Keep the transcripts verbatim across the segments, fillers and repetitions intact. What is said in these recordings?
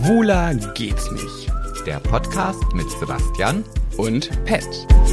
Schwuler geht's nicht. Der Podcast mit Sebastian Und Pet.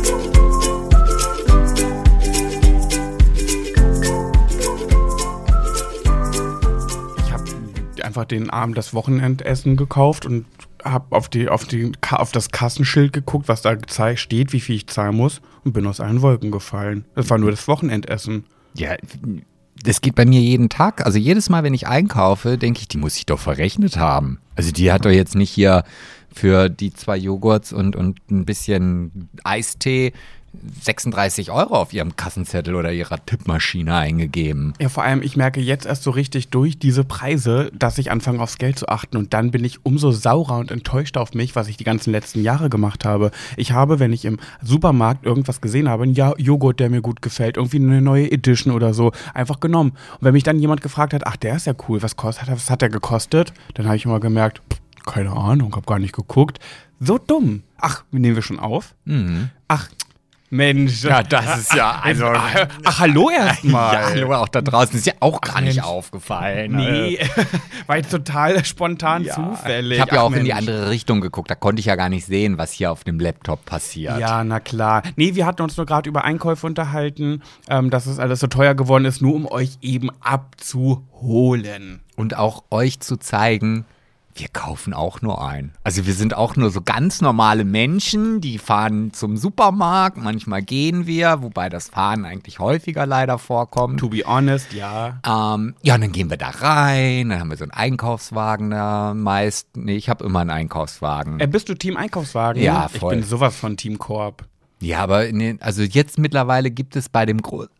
Ich habe einfach den Abend das Wochenendessen gekauft und habe auf, die, auf, die, auf das Kassenschild geguckt, was da gezeigt steht, wie viel ich zahlen muss, und bin aus allen Wolken gefallen. Das war nur das Wochenendessen. Ja, das geht bei mir jeden Tag. Also jedes Mal, wenn ich einkaufe, denke ich, die muss ich doch verrechnet haben. Also die hat doch jetzt nicht hier für die zwei Joghurts und, und ein bisschen Eistee sechsunddreißig Euro auf ihrem Kassenzettel oder ihrer Tippmaschine eingegeben. Ja, vor allem, ich merke jetzt erst so richtig durch diese Preise, dass ich anfange, aufs Geld zu achten. Und dann bin ich umso saurer und enttäuscht auf mich, was ich die ganzen letzten Jahre gemacht habe. Ich habe, wenn ich im Supermarkt irgendwas gesehen habe, einen ja- Joghurt, der mir gut gefällt, irgendwie eine neue Edition oder so, einfach genommen. Und wenn mich dann jemand gefragt hat, ach, der ist ja cool, was kostet, was hat der gekostet? Dann habe ich immer gemerkt, pff, keine Ahnung, habe gar nicht geguckt. So dumm. Ach, nehmen wir schon auf? Mhm. Ach, Mensch. Ja, das ist ja, also, Ach, ach hallo erstmal. ja, hallo auch da draußen, ist ja auch gar Ach, nicht Mensch. aufgefallen. Nee, war jetzt total spontan Ja. zufällig. Ich habe ja Ach, auch in die Mensch. andere Richtung geguckt, da konnte ich ja gar nicht sehen, was hier auf dem Laptop passiert. Ja, na klar. Nee, wir hatten uns nur gerade über Einkäufe unterhalten, ähm, dass es alles so teuer geworden ist, nur um euch eben abzuholen. Und auch euch zu zeigen, wir kaufen auch nur ein. Also wir sind auch nur so ganz normale Menschen, die fahren zum Supermarkt, manchmal gehen wir, wobei das Fahren eigentlich häufiger leider vorkommt. To be honest, ja. Ähm, ja, und dann gehen wir da rein, dann haben wir so einen Einkaufswagen da meist. Nee, ich habe immer einen Einkaufswagen. Äh, bist du Team Einkaufswagen? Ja, voll. Ich bin sowas von Team Korb. Ja, aber in den, also jetzt mittlerweile gibt es bei dem Gro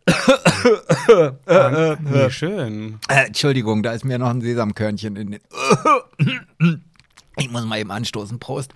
äh, nee, schön. Äh, Entschuldigung, da ist mir noch ein Sesamkörnchen in den. Ich muss mal eben anstoßen. Prost.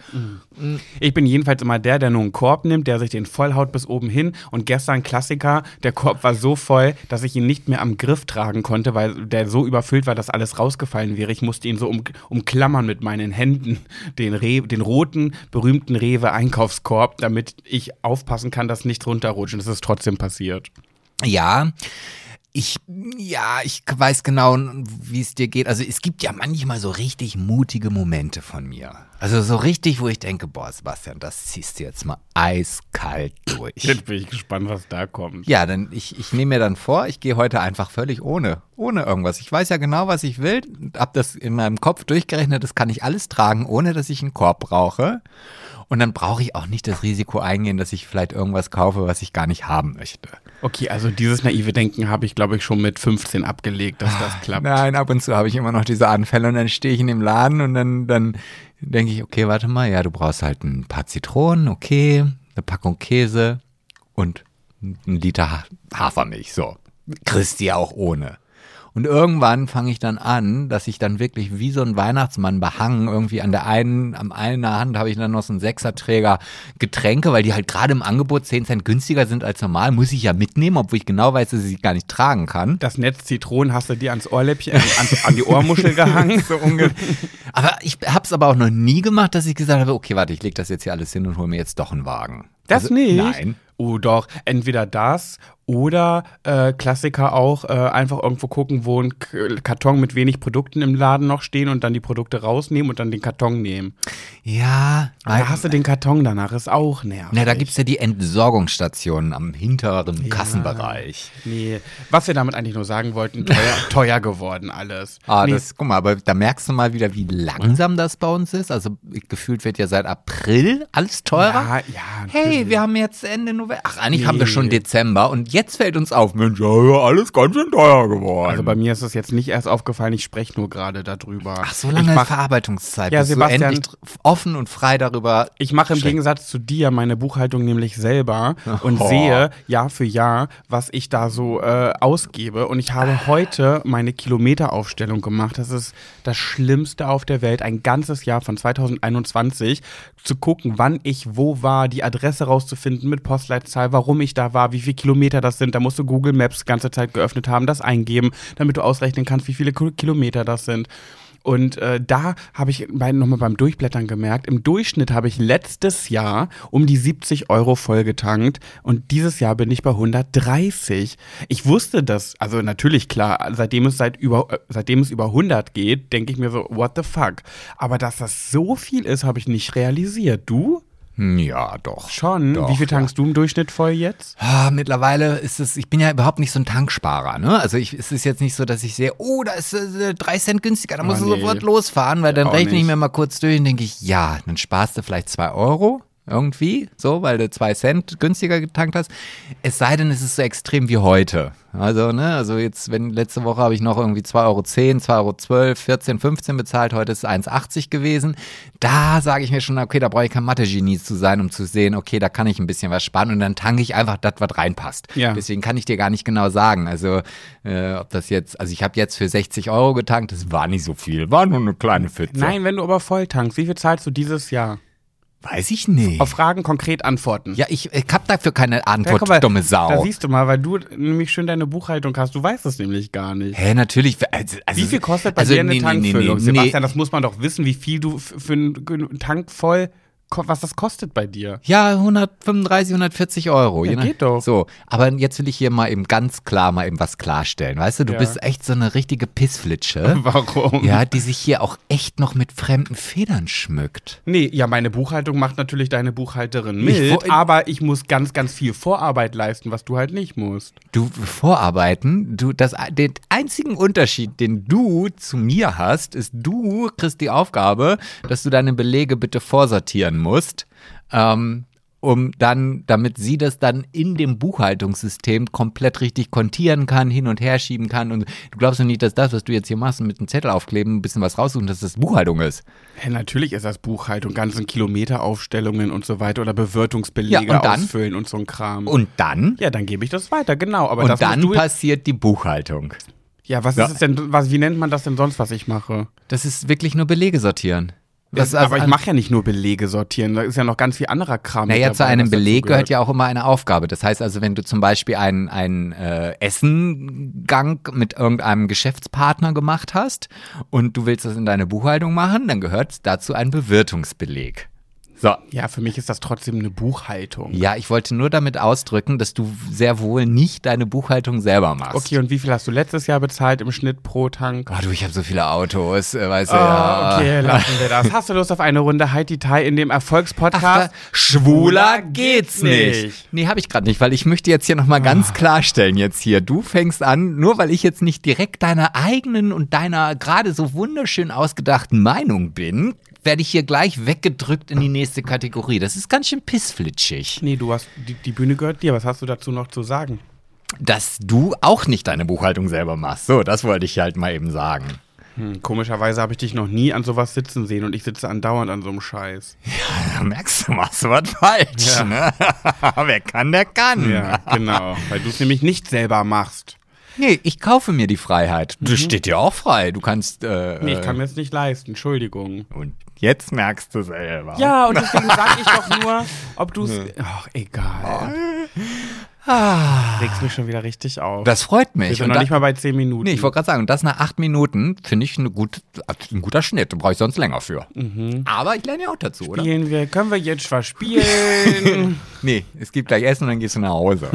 Ich bin jedenfalls immer der, der nur einen Korb nimmt, der sich den vollhaut bis oben hin. Und gestern Klassiker, der Korb war so voll, dass ich ihn nicht mehr am Griff tragen konnte, weil der so überfüllt war, dass alles rausgefallen wäre. Ich musste ihn so um, umklammern mit meinen Händen, den, Re- den roten, berühmten Rewe-Einkaufskorb, damit ich aufpassen kann, dass nichts runterrutscht. Und es ist trotzdem passiert. Ja, ich, ja, ich weiß genau, wie es dir geht. Also es gibt ja manchmal so richtig mutige Momente von mir. Also so richtig, wo ich denke, boah, Sebastian, das ziehst du jetzt mal eiskalt durch. Jetzt bin ich gespannt, was da kommt. Ja, dann ich, ich nehme mir dann vor, ich gehe heute einfach völlig ohne, ohne irgendwas. Ich weiß ja genau, was ich will, hab das in meinem Kopf durchgerechnet, das kann ich alles tragen, ohne dass ich einen Korb brauche. Und dann brauche ich auch nicht das Risiko eingehen, dass ich vielleicht irgendwas kaufe, was ich gar nicht haben möchte. Okay, also dieses naive Denken habe ich, glaube ich, schon mit fünfzehn abgelegt, dass das klappt. Nein, ab und zu habe ich immer noch diese Anfälle und dann stehe ich in dem Laden und dann, dann denke ich, okay, warte mal, ja, du brauchst halt ein paar Zitronen, okay, eine Packung Käse und ein Liter Ha- Hafermilch, so. Kriegst du ja auch ohne. Und irgendwann fange ich dann an, dass ich dann wirklich wie so ein Weihnachtsmann behangen, irgendwie an der einen, am einen Hand habe ich dann noch so einen Sechserträger Getränke, weil die halt gerade im Angebot zehn Cent günstiger sind als normal, muss ich ja mitnehmen, obwohl ich genau weiß, dass ich sie gar nicht tragen kann. Das Netz Zitronen hast du dir ans Ohrläppchen, an, an die Ohrmuschel gehangen. So unge- aber ich habe es aber auch noch nie gemacht, dass ich gesagt habe, okay, warte, ich lege das jetzt hier alles hin und hole mir jetzt doch einen Wagen. Das Also, nicht? Nein. Oh doch, entweder das oder äh, Klassiker auch, äh, einfach irgendwo gucken, wo ein K- Karton mit wenig Produkten im Laden noch stehen und dann die Produkte rausnehmen und dann den Karton nehmen. Ja. Da hast du den Karton danach, ist auch nervig. Na, da gibt's ja die Entsorgungsstationen am hinteren Ja. Kassenbereich. Nee, was wir damit eigentlich nur sagen wollten, teuer, teuer geworden alles. Ah, nee, das, guck mal, aber da merkst du mal wieder, wie langsam das bei uns ist. Also gefühlt wird ja seit April alles teurer. ja, ja, Hey, natürlich. wir haben jetzt Ende November. Ach, eigentlich Nee. haben wir schon Dezember und jetzt fällt uns auf, Mensch, ja, ja, alles ganz schön teuer geworden. Also bei mir ist es jetzt nicht erst aufgefallen, ich spreche nur gerade darüber. Ach, so lange ich mach, Verarbeitungszeit. Ja, bist du Sebastian- endlich dr- offen und frei darüber. Ich mache im Schlecht. Gegensatz zu dir meine Buchhaltung nämlich selber und Oh. sehe Jahr für Jahr, was ich da so äh, ausgebe. Und ich habe heute meine Kilometeraufstellung gemacht. Das ist das Schlimmste auf der Welt, ein ganzes Jahr von zweitausendeinundzwanzig zu gucken, wann ich wo war, die Adresse rauszufinden mit Postleitzahl, warum ich da war, wie viele Kilometer das sind. Da musst du Google Maps die ganze Zeit geöffnet haben, das eingeben, damit du ausrechnen kannst, wie viele Kilometer das sind. Und äh, da habe ich bei, nochmal beim Durchblättern gemerkt, im Durchschnitt habe ich letztes Jahr um die siebzig Euro vollgetankt und dieses Jahr bin ich bei hundertdreißig. Ich wusste das, also natürlich klar, seitdem es seit über, äh, seitdem es über hundert geht, denke ich mir so, what the fuck. Aber dass das so viel ist, habe ich nicht realisiert. Du? Ja, doch. Schon. Doch, Wie viel tankst ja. du im Durchschnitt voll jetzt? Ah, mittlerweile ist es, ich bin ja überhaupt nicht so ein Tanksparer, ne? Also ich, es ist jetzt nicht so, dass ich sehe, oh, da ist äh, drei Cent günstiger, da musst oh, du nee. sofort losfahren, weil dann Auch rechne ich nicht. mir mal kurz durch und denke ich, ja, dann sparst du vielleicht zwei Euro. Irgendwie, so, weil du zwei Cent günstiger getankt hast. Es sei denn, es ist so extrem wie heute. Also, ne, also jetzt, wenn letzte Woche habe ich noch irgendwie zwei Euro zehn, zwei Euro zwölf, vierzehn, fünfzehn bezahlt, heute ist es eins achtzig gewesen. Da sage ich mir schon, okay, da brauche ich kein Mathe-Genie zu sein, um zu sehen, okay, da kann ich ein bisschen was sparen und dann tanke ich einfach das, was reinpasst. Ja. Deswegen kann ich dir gar nicht genau sagen, also äh, ob das jetzt, also ich habe jetzt für sechzig Euro getankt, das war nicht so viel, war nur eine kleine Pfütze. Nein, wenn du aber voll tankst, wie viel zahlst du dieses Jahr? Weiß ich nicht. Auf Fragen konkret antworten. Ja, ich, ich habe dafür keine Antwort, Ja, guck mal, dumme Sau. Da siehst du mal, weil du nämlich schön deine Buchhaltung hast. Du weißt es nämlich gar nicht. Hä, natürlich. Also, also, Wie viel kostet bei also, dir eine nee, nee, Tankfüllung? nee, nee, Sebastian, das muss man doch wissen, wie viel du f- für einen Tank voll, ko- was das kostet bei dir. Ja, hundertfünfunddreißig, hundertvierzig Euro. Ja, je nach- geht doch. So, aber jetzt will ich hier mal eben ganz klar mal eben was klarstellen. Weißt du, du Ja. bist echt so eine richtige Pissflitsche. Warum? Ja, die sich hier auch echt noch mit fremden Federn schmückt. Nee, ja, meine Buchhaltung macht natürlich deine Buchhalterin Ich mit, wo- aber ich muss ganz, ganz viel Vorarbeit leisten, was du halt nicht musst. Du vorarbeiten, du, das, den einzigen Unterschied, den du zu mir hast, ist, du kriegst die Aufgabe, dass du deine Belege bitte vorsortieren musst, ähm, um dann, damit sie das dann in dem Buchhaltungssystem komplett richtig kontieren kann, hin und her schieben kann. Und du glaubst doch nicht, dass das, was du jetzt hier machst, mit einem Zettel aufkleben, ein bisschen was raussuchen, dass das Buchhaltung ist. Ja, natürlich ist das Buchhaltung, ganzen Kilometeraufstellungen und so weiter oder Bewirtungsbelege Ja, und dann? ausfüllen und so ein Kram. Und dann? ja, dann gebe ich das weiter, genau. Aber und das dann musst du, passiert die Buchhaltung. ja, was Ja. ist es denn, was, wie nennt man das denn sonst, was ich mache? Das ist wirklich nur Belege sortieren. Was, Ja, aber also- ich mache ja nicht nur Belege sortieren, da ist ja noch ganz viel anderer Kram. mit Naja, dabei, zu einem was dazu Beleg gehört ja auch immer eine Aufgabe. Das heißt also, wenn du zum Beispiel einen, einen äh, Essengang mit irgendeinem Geschäftspartner gemacht hast und du willst das in deine Buchhaltung machen, dann gehört dazu ein Bewirtungsbeleg. So. Ja, für mich ist das trotzdem eine Buchhaltung. Ja, ich wollte nur damit ausdrücken, dass du sehr wohl nicht deine Buchhaltung selber machst. Okay, und wie viel hast du letztes Jahr bezahlt im Schnitt pro Tank? Oh, du, ich habe so viele Autos, äh, weißt du, Oh, ja. okay, lassen wir das. Hast du Lust auf eine Runde Heidi Tai in dem Erfolgspodcast? Ach, schwuler geht's nicht. Nee, habe ich gerade nicht, weil ich möchte jetzt hier nochmal ganz klarstellen jetzt hier. Du fängst an, nur weil ich jetzt nicht direkt deiner eigenen und deiner gerade so wunderschön ausgedachten Meinung bin, werde ich hier gleich weggedrückt in die nächste Kategorie. Das ist ganz schön pissflitschig. Nee, du hast, die, die Bühne gehört dir. Was hast du dazu noch zu sagen? Dass du auch nicht deine Buchhaltung selber machst. So, das wollte ich halt mal eben sagen. Hm, komischerweise habe ich dich noch nie an sowas sitzen sehen und ich sitze andauernd an so einem Scheiß. Da merkst du, machst du was falsch, Ja. ne? Wer kann, der kann. Ja, genau. Weil du es nämlich nicht selber machst. Nee, ich kaufe mir die Freiheit. Das steht dir auch frei. Du kannst. Äh, Nee, ich kann mir es nicht leisten. Entschuldigung. Und jetzt merkst du selber. Ja, und deswegen sage ich doch nur, ob du es. Ach, egal. Ah, Regst mich schon wieder richtig auf. das freut Wir mich. sind Und noch da, nicht mal bei zehn Minuten. nee, ich wollte gerade sagen, und das nach acht Minuten finde ich eine gut, ein guter Schnitt. Da brauche ich sonst länger für. Aber ich lerne ja auch dazu, oder? Spielen wir, können wir jetzt was spielen? Nee, es gibt gleich Essen und dann gehst du nach Hause.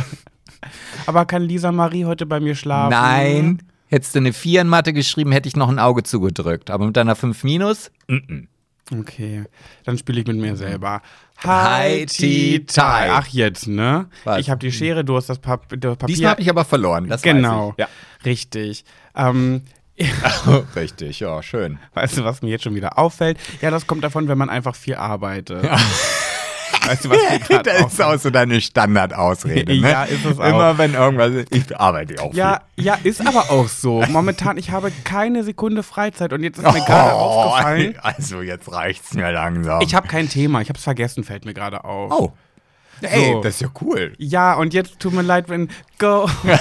Aber kann Lisa Marie heute bei mir schlafen? Nein. Hättest du eine vier in Mathe geschrieben, hätte ich noch ein Auge zugedrückt. Aber mit deiner fünf minus? Mm-mm. Okay, dann spiele ich mit mir selber. Hi, Ti, Tai. Ach jetzt, ne? Was? Ich habe die Schere, du hast das, Pap das Papier. Diesmal habe ich aber verloren, das Genau, weiß ich. Ja. richtig. Ähm, Richtig, ja, schön. weißt du, was mir jetzt schon wieder auffällt? Ja, das kommt davon, wenn man einfach viel arbeitet. Weißt du, was mir gerade Das ist auffällt? auch so deine Standardausrede, ne? Ja, ist es auch. Immer wenn irgendwas ist, ich arbeite auch Ja, ja, ist aber auch so. Momentan, ich habe keine Sekunde Freizeit und jetzt ist mir gerade aufgefallen. Also jetzt reicht's mir langsam. Ich habe kein Thema, ich habe es vergessen, fällt mir gerade auf. Oh. Ey, So. das ist ja cool. Ja, und jetzt tut mir leid, wenn Go. Oh Gott.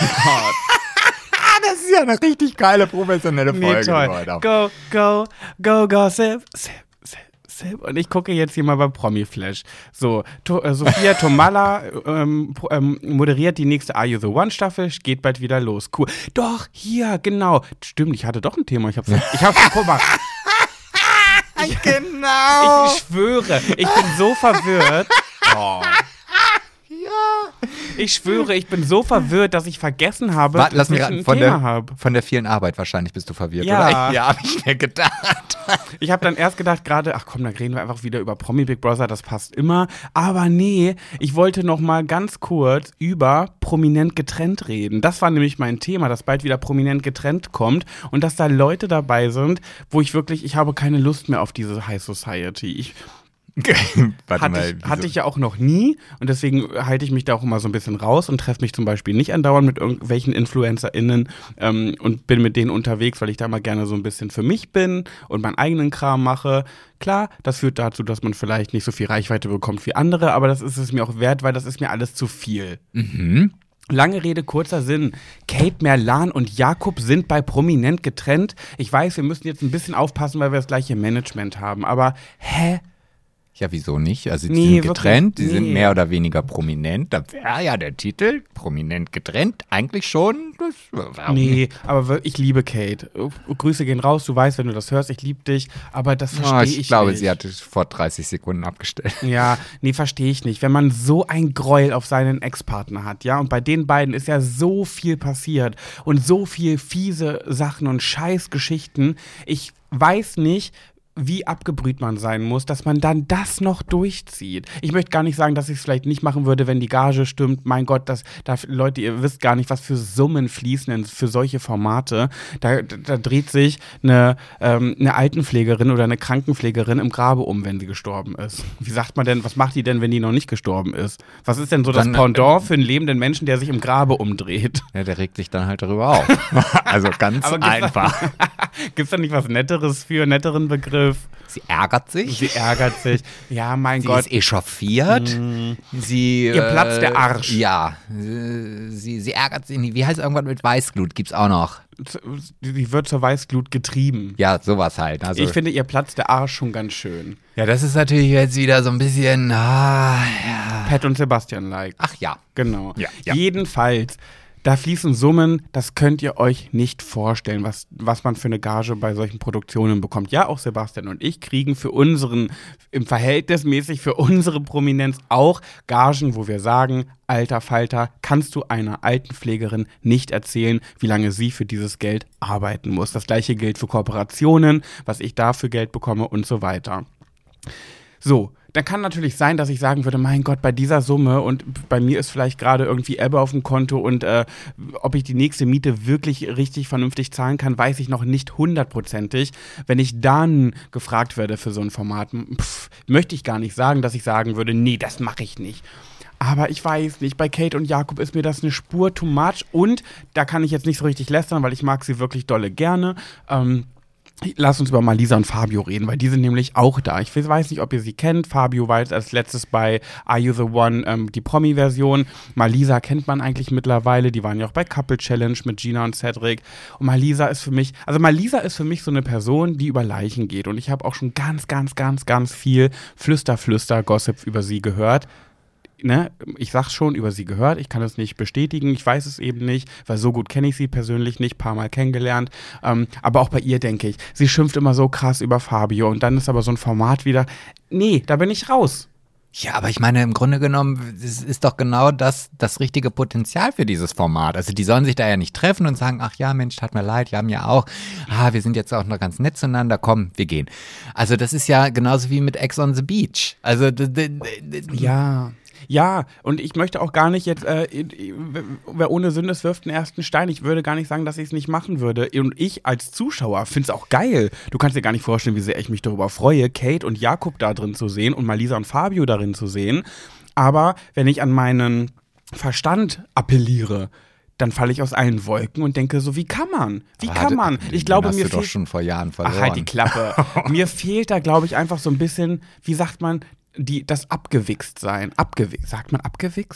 Ah, das ist ja eine richtig geile professionelle Nee, Folge toll. geworden. Go, go, go, gossip. Sip, sip, sip. Gossip und ich gucke jetzt hier mal bei Promiflash. So, to, äh, Sophia Tomalla ähm, ähm, moderiert die nächste Are You the One Staffel, geht bald wieder los. Cool. Doch, hier, genau. Stimmt, ich hatte doch ein Thema. Ich hab's, ich hab's, guck mal. Ich, genau. Ich schwöre, ich bin so verwirrt. Oh. Ja. Ich schwöre, ich bin so verwirrt, dass ich vergessen habe, Warte, lass dass mich ich raten, ein von Thema der, habe. von der vielen Arbeit wahrscheinlich bist du verwirrt, Ja. oder? Ja, habe ich mir gedacht. Ich habe dann erst gedacht gerade, ach komm, da reden wir einfach wieder über Promi Big Brother, das passt immer. Aber nee, ich wollte noch mal ganz kurz über prominent getrennt reden. Das war nämlich mein Thema, dass bald wieder prominent getrennt kommt und dass da Leute dabei sind, wo ich wirklich, ich habe keine Lust mehr auf diese High Society. Ich Warte hatte, mal, ich, hatte ich ja auch noch nie und deswegen halte ich mich da auch immer so ein bisschen raus und treffe mich zum Beispiel nicht andauernd mit irgendwelchen InfluencerInnen ähm, und bin mit denen unterwegs, weil ich da mal gerne so ein bisschen für mich bin und meinen eigenen Kram mache. Klar, das führt dazu, dass man vielleicht nicht so viel Reichweite bekommt wie andere, aber das ist es mir auch wert, weil das ist mir alles zu viel. Mhm. Lange Rede, kurzer Sinn. Kate Merlan und Jakob sind bei Prominent getrennt. Ich weiß, wir müssen jetzt ein bisschen aufpassen, weil wir das gleiche Management haben, aber hä? Ja, wieso nicht? Also die Nee, sind getrennt, die wirklich, sind nee. mehr oder weniger prominent. Da wäre ja der Titel, prominent getrennt, eigentlich schon. Das, warum Nee, nicht? aber wir- ich liebe Kate. Grüße gehen raus, du weißt, wenn du das hörst, ich liebe dich, aber das verstehe Oh, ich, ich glaube, nicht. sie hatte vor dreißig Sekunden abgestellt. Ja, nee, verstehe ich nicht. Wenn man so ein Gräuel auf seinen Ex-Partner hat, ja, und bei den beiden ist ja so viel passiert und so viel fiese Sachen und Scheißgeschichten. Ich weiß nicht, wie abgebrüht man sein muss, dass man dann das noch durchzieht. Ich möchte gar nicht sagen, dass ich es vielleicht nicht machen würde, wenn die Gage stimmt. Mein Gott, das, da, Leute, ihr wisst gar nicht, was für Summen fließen denn für solche Formate. Da, da, da dreht sich eine, ähm, eine Altenpflegerin oder eine Krankenpflegerin im Grabe um, wenn sie gestorben ist. Wie sagt man denn, was macht die denn, wenn die noch nicht gestorben ist? Was ist denn so das Dann, Pendant für einen lebenden Menschen, der sich im Grabe umdreht? Ja, der regt sich dann halt darüber auf. Also ganz Aber gibt's einfach. Gibt es da nicht was Netteres für, einen netteren Begriff? Sie ärgert sich. Sie ärgert sich. Ja, mein Sie Gott. ist echauffiert. Sie, Ihr platzt äh, der Arsch. Ja. Sie, sie ärgert sich. Wie heißt irgendwas mit Weißglut? Gibt's auch noch. Sie wird zur Weißglut getrieben. Ja, sowas halt. Also, Ich finde ihr Platz der Arsch schon ganz schön. ja, das ist natürlich jetzt wieder so ein bisschen. Ah, ja. Pat und Sebastian-like. Ach ja. Genau. Ja, ja. Jedenfalls, da fließen Summen, das könnt ihr euch nicht vorstellen, was, was man für eine Gage bei solchen Produktionen bekommt. Ja, auch Sebastian und ich kriegen für unseren, im Verhältnismäßig für unsere Prominenz auch Gagen, wo wir sagen, alter Falter, kannst du einer Altenpflegerin nicht erzählen, wie lange sie für dieses Geld arbeiten muss. Das gleiche gilt für Kooperationen, was ich da für Geld bekomme und so weiter. So, dann kann natürlich sein, dass ich sagen würde, mein Gott, bei dieser Summe und bei mir ist vielleicht gerade irgendwie Ebbe auf dem Konto und äh, ob ich die nächste Miete wirklich richtig vernünftig zahlen kann, weiß ich noch nicht hundertprozentig. Wenn ich dann gefragt werde für so ein Format, pff, möchte ich gar nicht sagen, dass ich sagen würde, nee, das mache ich nicht. Aber ich weiß nicht, bei Kate und Jakob ist mir das eine Spur too much und da kann ich jetzt nicht so richtig lästern, weil ich mag sie wirklich dolle gerne. Ähm, Lass uns über Malisa und Fabio reden, weil die sind nämlich auch da. Ich weiß nicht, ob ihr sie kennt. Fabio war jetzt als letztes bei Are You the One, ähm, die Promi-Version. Malisa kennt man eigentlich mittlerweile. Die waren ja auch bei Couple Challenge mit Gina und Cedric. Und Malisa ist für mich, also Malisa ist für mich so eine Person, die über Leichen geht. Und ich habe auch schon ganz, ganz, ganz, ganz viel Flüster-Flüster-Gossip über sie gehört. Ne, ich sag's schon, über sie gehört, ich kann es nicht bestätigen, ich weiß es eben nicht, weil so gut kenne ich sie persönlich nicht, paar Mal kennengelernt, ähm, aber auch bei ihr denke ich, sie schimpft immer so krass über Fabio und dann ist aber so ein Format wieder, nee, da bin ich raus. Ja, aber ich meine, im Grunde genommen, es ist doch genau das, das richtige Potenzial für dieses Format. Also die sollen sich da ja nicht treffen und sagen, ach ja, Mensch, tat mir leid, wir haben ja auch, ah, wir sind jetzt auch noch ganz nett zueinander, komm, wir gehen. Also das ist ja genauso wie mit Ex on the Beach. Also d- d- d- Ja. Ja, und ich möchte auch gar nicht jetzt, äh, wer ohne Sünde ist, wirft den ersten Stein. Ich würde gar nicht sagen, dass ich es nicht machen würde. Und ich als Zuschauer finde es auch geil. Du kannst dir gar nicht vorstellen, wie sehr ich mich darüber freue, Kate und Jakob da drin zu sehen und Malisa und Fabio darin zu sehen. Aber wenn ich an meinen Verstand appelliere, dann falle ich aus allen Wolken und denke so, wie kann man? Wie Ah, kann man? den Ich glaube, hast mir du doch fehlt schon vor Jahren verloren. Ach, halt die Klappe. Mir fehlt da, glaube ich, einfach so ein bisschen, wie sagt man, die, das Abgewichst sein. Abgewichst. Sagt man abgewichst?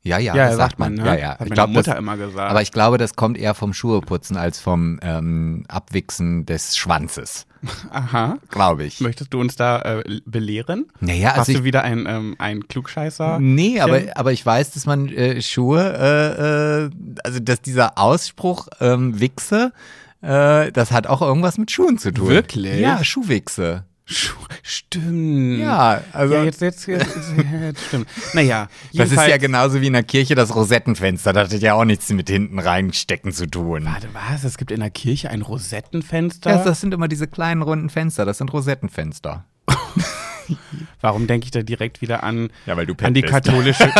Ja, ja, Ja, das sagt man. ne? Ja, ja. Hat Ich meine glaub, Mutter das, immer gesagt. aber ich glaube, das kommt eher vom Schuheputzen als vom ähm, Abwichsen des Schwanzes. Aha. Glaube ich. Möchtest du uns da äh, belehren? Naja, Hast also du ich, wieder ein, ähm, ein Klugscheißer? Nee, aber, aber ich weiß, dass man äh, Schuhe, äh, äh, also dass dieser Ausspruch ähm, Wichse, äh, das hat auch irgendwas mit Schuhen zu tun. Wirklich? Ja, Schuhwichse. Schuh, stimmt. Ja, also Ja, jetzt, jetzt, jetzt, jetzt stimmt. Naja, das ist jedenfalls- ja genauso wie in der Kirche das Rosettenfenster. Das hat ja auch nichts mit hinten reinstecken zu tun. Warte, was? Es gibt in der Kirche ein Rosettenfenster? Ja, das sind immer diese kleinen runden Fenster, das sind Rosettenfenster. Warum denke ich da direkt wieder an, Ja, weil du an die Pet bist. katholische...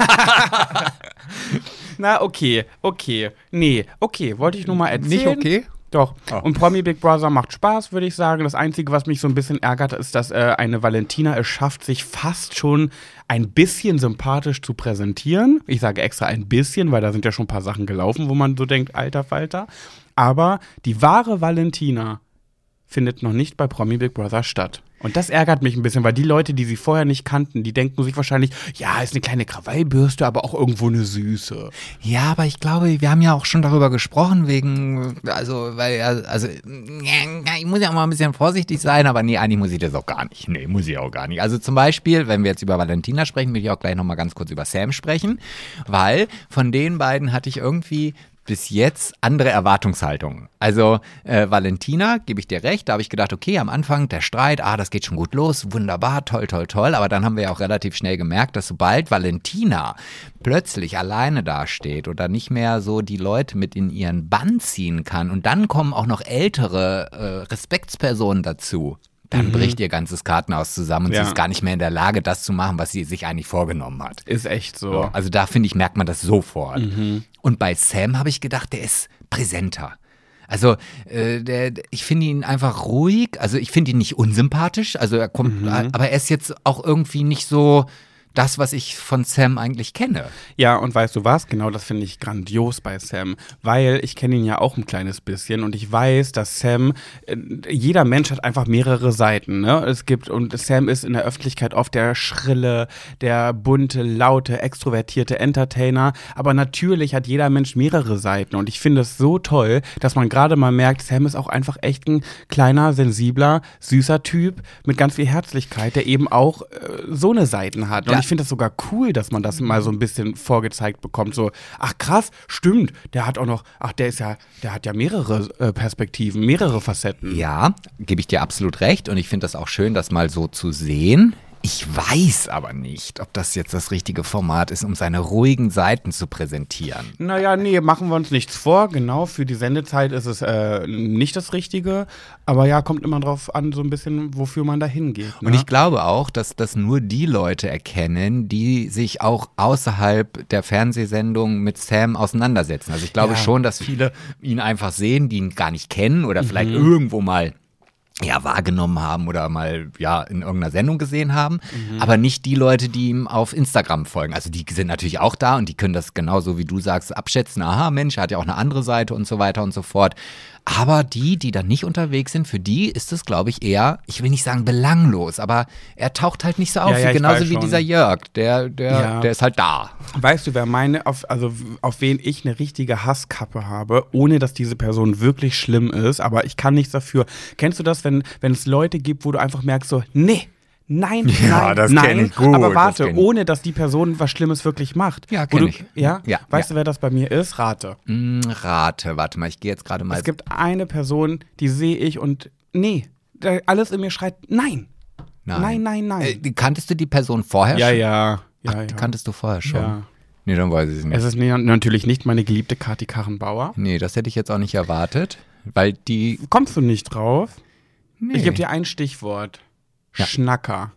Na, okay, okay. Nee, okay, wollte ich nur mal erzählen. Nicht okay? Doch. Oh. Und Promi Big Brother macht Spaß, würde ich sagen. Das Einzige, was mich so ein bisschen ärgert, ist, dass äh, eine Valentina es schafft, sich fast schon ein bisschen sympathisch zu präsentieren. Ich sage extra ein bisschen, weil da sind ja schon ein paar Sachen gelaufen, wo man so denkt, alter Falter. Aber die wahre Valentina findet noch nicht bei Promi Big Brother statt. Und das ärgert mich ein bisschen, weil die Leute, die sie vorher nicht kannten, die denken sich wahrscheinlich, ja, ist eine kleine Krawallbürste, aber auch irgendwo eine Süße. Ja, aber ich glaube, wir haben ja auch schon darüber gesprochen, wegen, also, weil, also, ich muss ja auch mal ein bisschen vorsichtig sein, aber nee, eigentlich muss ich das auch gar nicht. Nee, muss ich auch gar nicht. Also zum Beispiel, wenn wir jetzt über Valentina sprechen, will ich auch gleich nochmal ganz kurz über Sam sprechen, weil von den beiden hatte ich irgendwie bis jetzt andere Erwartungshaltungen. Also äh, Valentina, gebe ich dir recht, da habe ich gedacht, okay, am Anfang der Streit, ah, das geht schon gut los, wunderbar, toll, toll, toll, aber dann haben wir ja auch relativ schnell gemerkt, dass sobald Valentina plötzlich alleine dasteht oder nicht mehr so die Leute mit in ihren Bann ziehen kann und dann kommen auch noch ältere äh, Respektspersonen dazu, dann Mhm. bricht ihr ganzes Kartenhaus zusammen und Ja. sie ist gar nicht mehr in der Lage, das zu machen, was sie sich eigentlich vorgenommen hat. Ist echt so. So, also da finde ich, merkt man das sofort. Mhm. Und bei Sam habe ich gedacht, der ist präsenter. Also äh, der, ich finde ihn einfach ruhig, also ich finde ihn nicht unsympathisch, also er kommt, Mhm. aber er ist jetzt auch irgendwie nicht so das, was ich von Sam eigentlich kenne. Ja, und weißt du was? Genau das finde ich grandios bei Sam, weil ich kenne ihn ja auch ein kleines bisschen und ich weiß, dass Sam, äh, jeder Mensch hat einfach mehrere Seiten, ne? Es gibt, und Sam ist in der Öffentlichkeit oft der schrille, der bunte, laute, extrovertierte Entertainer, aber natürlich hat jeder Mensch mehrere Seiten und ich finde es so toll, dass man gerade mal merkt, Sam ist auch einfach echt ein kleiner, sensibler, süßer Typ mit ganz viel Herzlichkeit, der eben auch äh, so eine Seiten hat. Und Ja. ich finde das sogar cool, dass man das mal so ein bisschen vorgezeigt bekommt. So, ach krass, stimmt, der hat auch noch, ach, der ist ja, der hat ja mehrere äh, Perspektiven, mehrere Facetten. Ja, gebe ich dir absolut recht und ich finde das auch schön, das mal so zu sehen. Ich weiß aber nicht, ob das jetzt das richtige Format ist, um seine ruhigen Seiten zu präsentieren. Naja, nee, machen wir uns nichts vor. Genau, für die Sendezeit ist es äh, nicht das Richtige. Aber ja, kommt immer drauf an, so ein bisschen, wofür man da hingeht. Ne? Und ich glaube auch, dass das nur die Leute erkennen, die sich auch außerhalb der Fernsehsendung mit Sam auseinandersetzen. Also ich glaube Ja. schon, dass viele ihn einfach sehen, die ihn gar nicht kennen oder vielleicht Mhm. irgendwo mal ja, wahrgenommen haben oder mal ja in irgendeiner Sendung gesehen haben, Mhm. aber nicht die Leute, die ihm auf Instagram folgen. Also die sind natürlich auch da und die können das genauso wie du sagst abschätzen. Aha, Mensch, er hat ja auch eine andere Seite und so weiter und so fort. Aber die, die da nicht unterwegs sind, für die ist es, glaube ich, eher, ich will nicht sagen belanglos, aber er taucht halt nicht so auf, Ja, ja, wie ich genauso weiß wie schon. dieser Jörg. Der, der, Ja. der ist halt da. Weißt du, wer meine, auf, also auf wen ich eine richtige Hasskappe habe, ohne dass diese Person wirklich schlimm ist, aber ich kann nichts dafür. Kennst du das, wenn, wenn es Leute gibt, wo du einfach merkst, so, nee, nein, Ja, nein, das nein, kenn ich gut, aber das warte, kenn ich. ohne dass die Person was Schlimmes wirklich macht. Ja, Wo kenn du, ich. Ja? Ja, Weißt ja. du, wer das bei mir ist? Rate. Hm, rate, warte mal, ich gehe jetzt gerade mal. Es gibt eine Person, die sehe ich und nee, da- alles in mir schreit, nein. Nein, nein, nein. Äh, kanntest du die Person vorher Ja, schon? ja. Ach, ja, die ja. kanntest du vorher schon? Ja. Nee, dann weiß ich es nicht. Es ist nie- natürlich nicht meine geliebte Kathi Karrenbauer. Nee, das hätte ich jetzt auch nicht erwartet, weil die. Kommst du nicht drauf? Nee. Ich gebe dir ein Stichwort. Ja. Schnacker.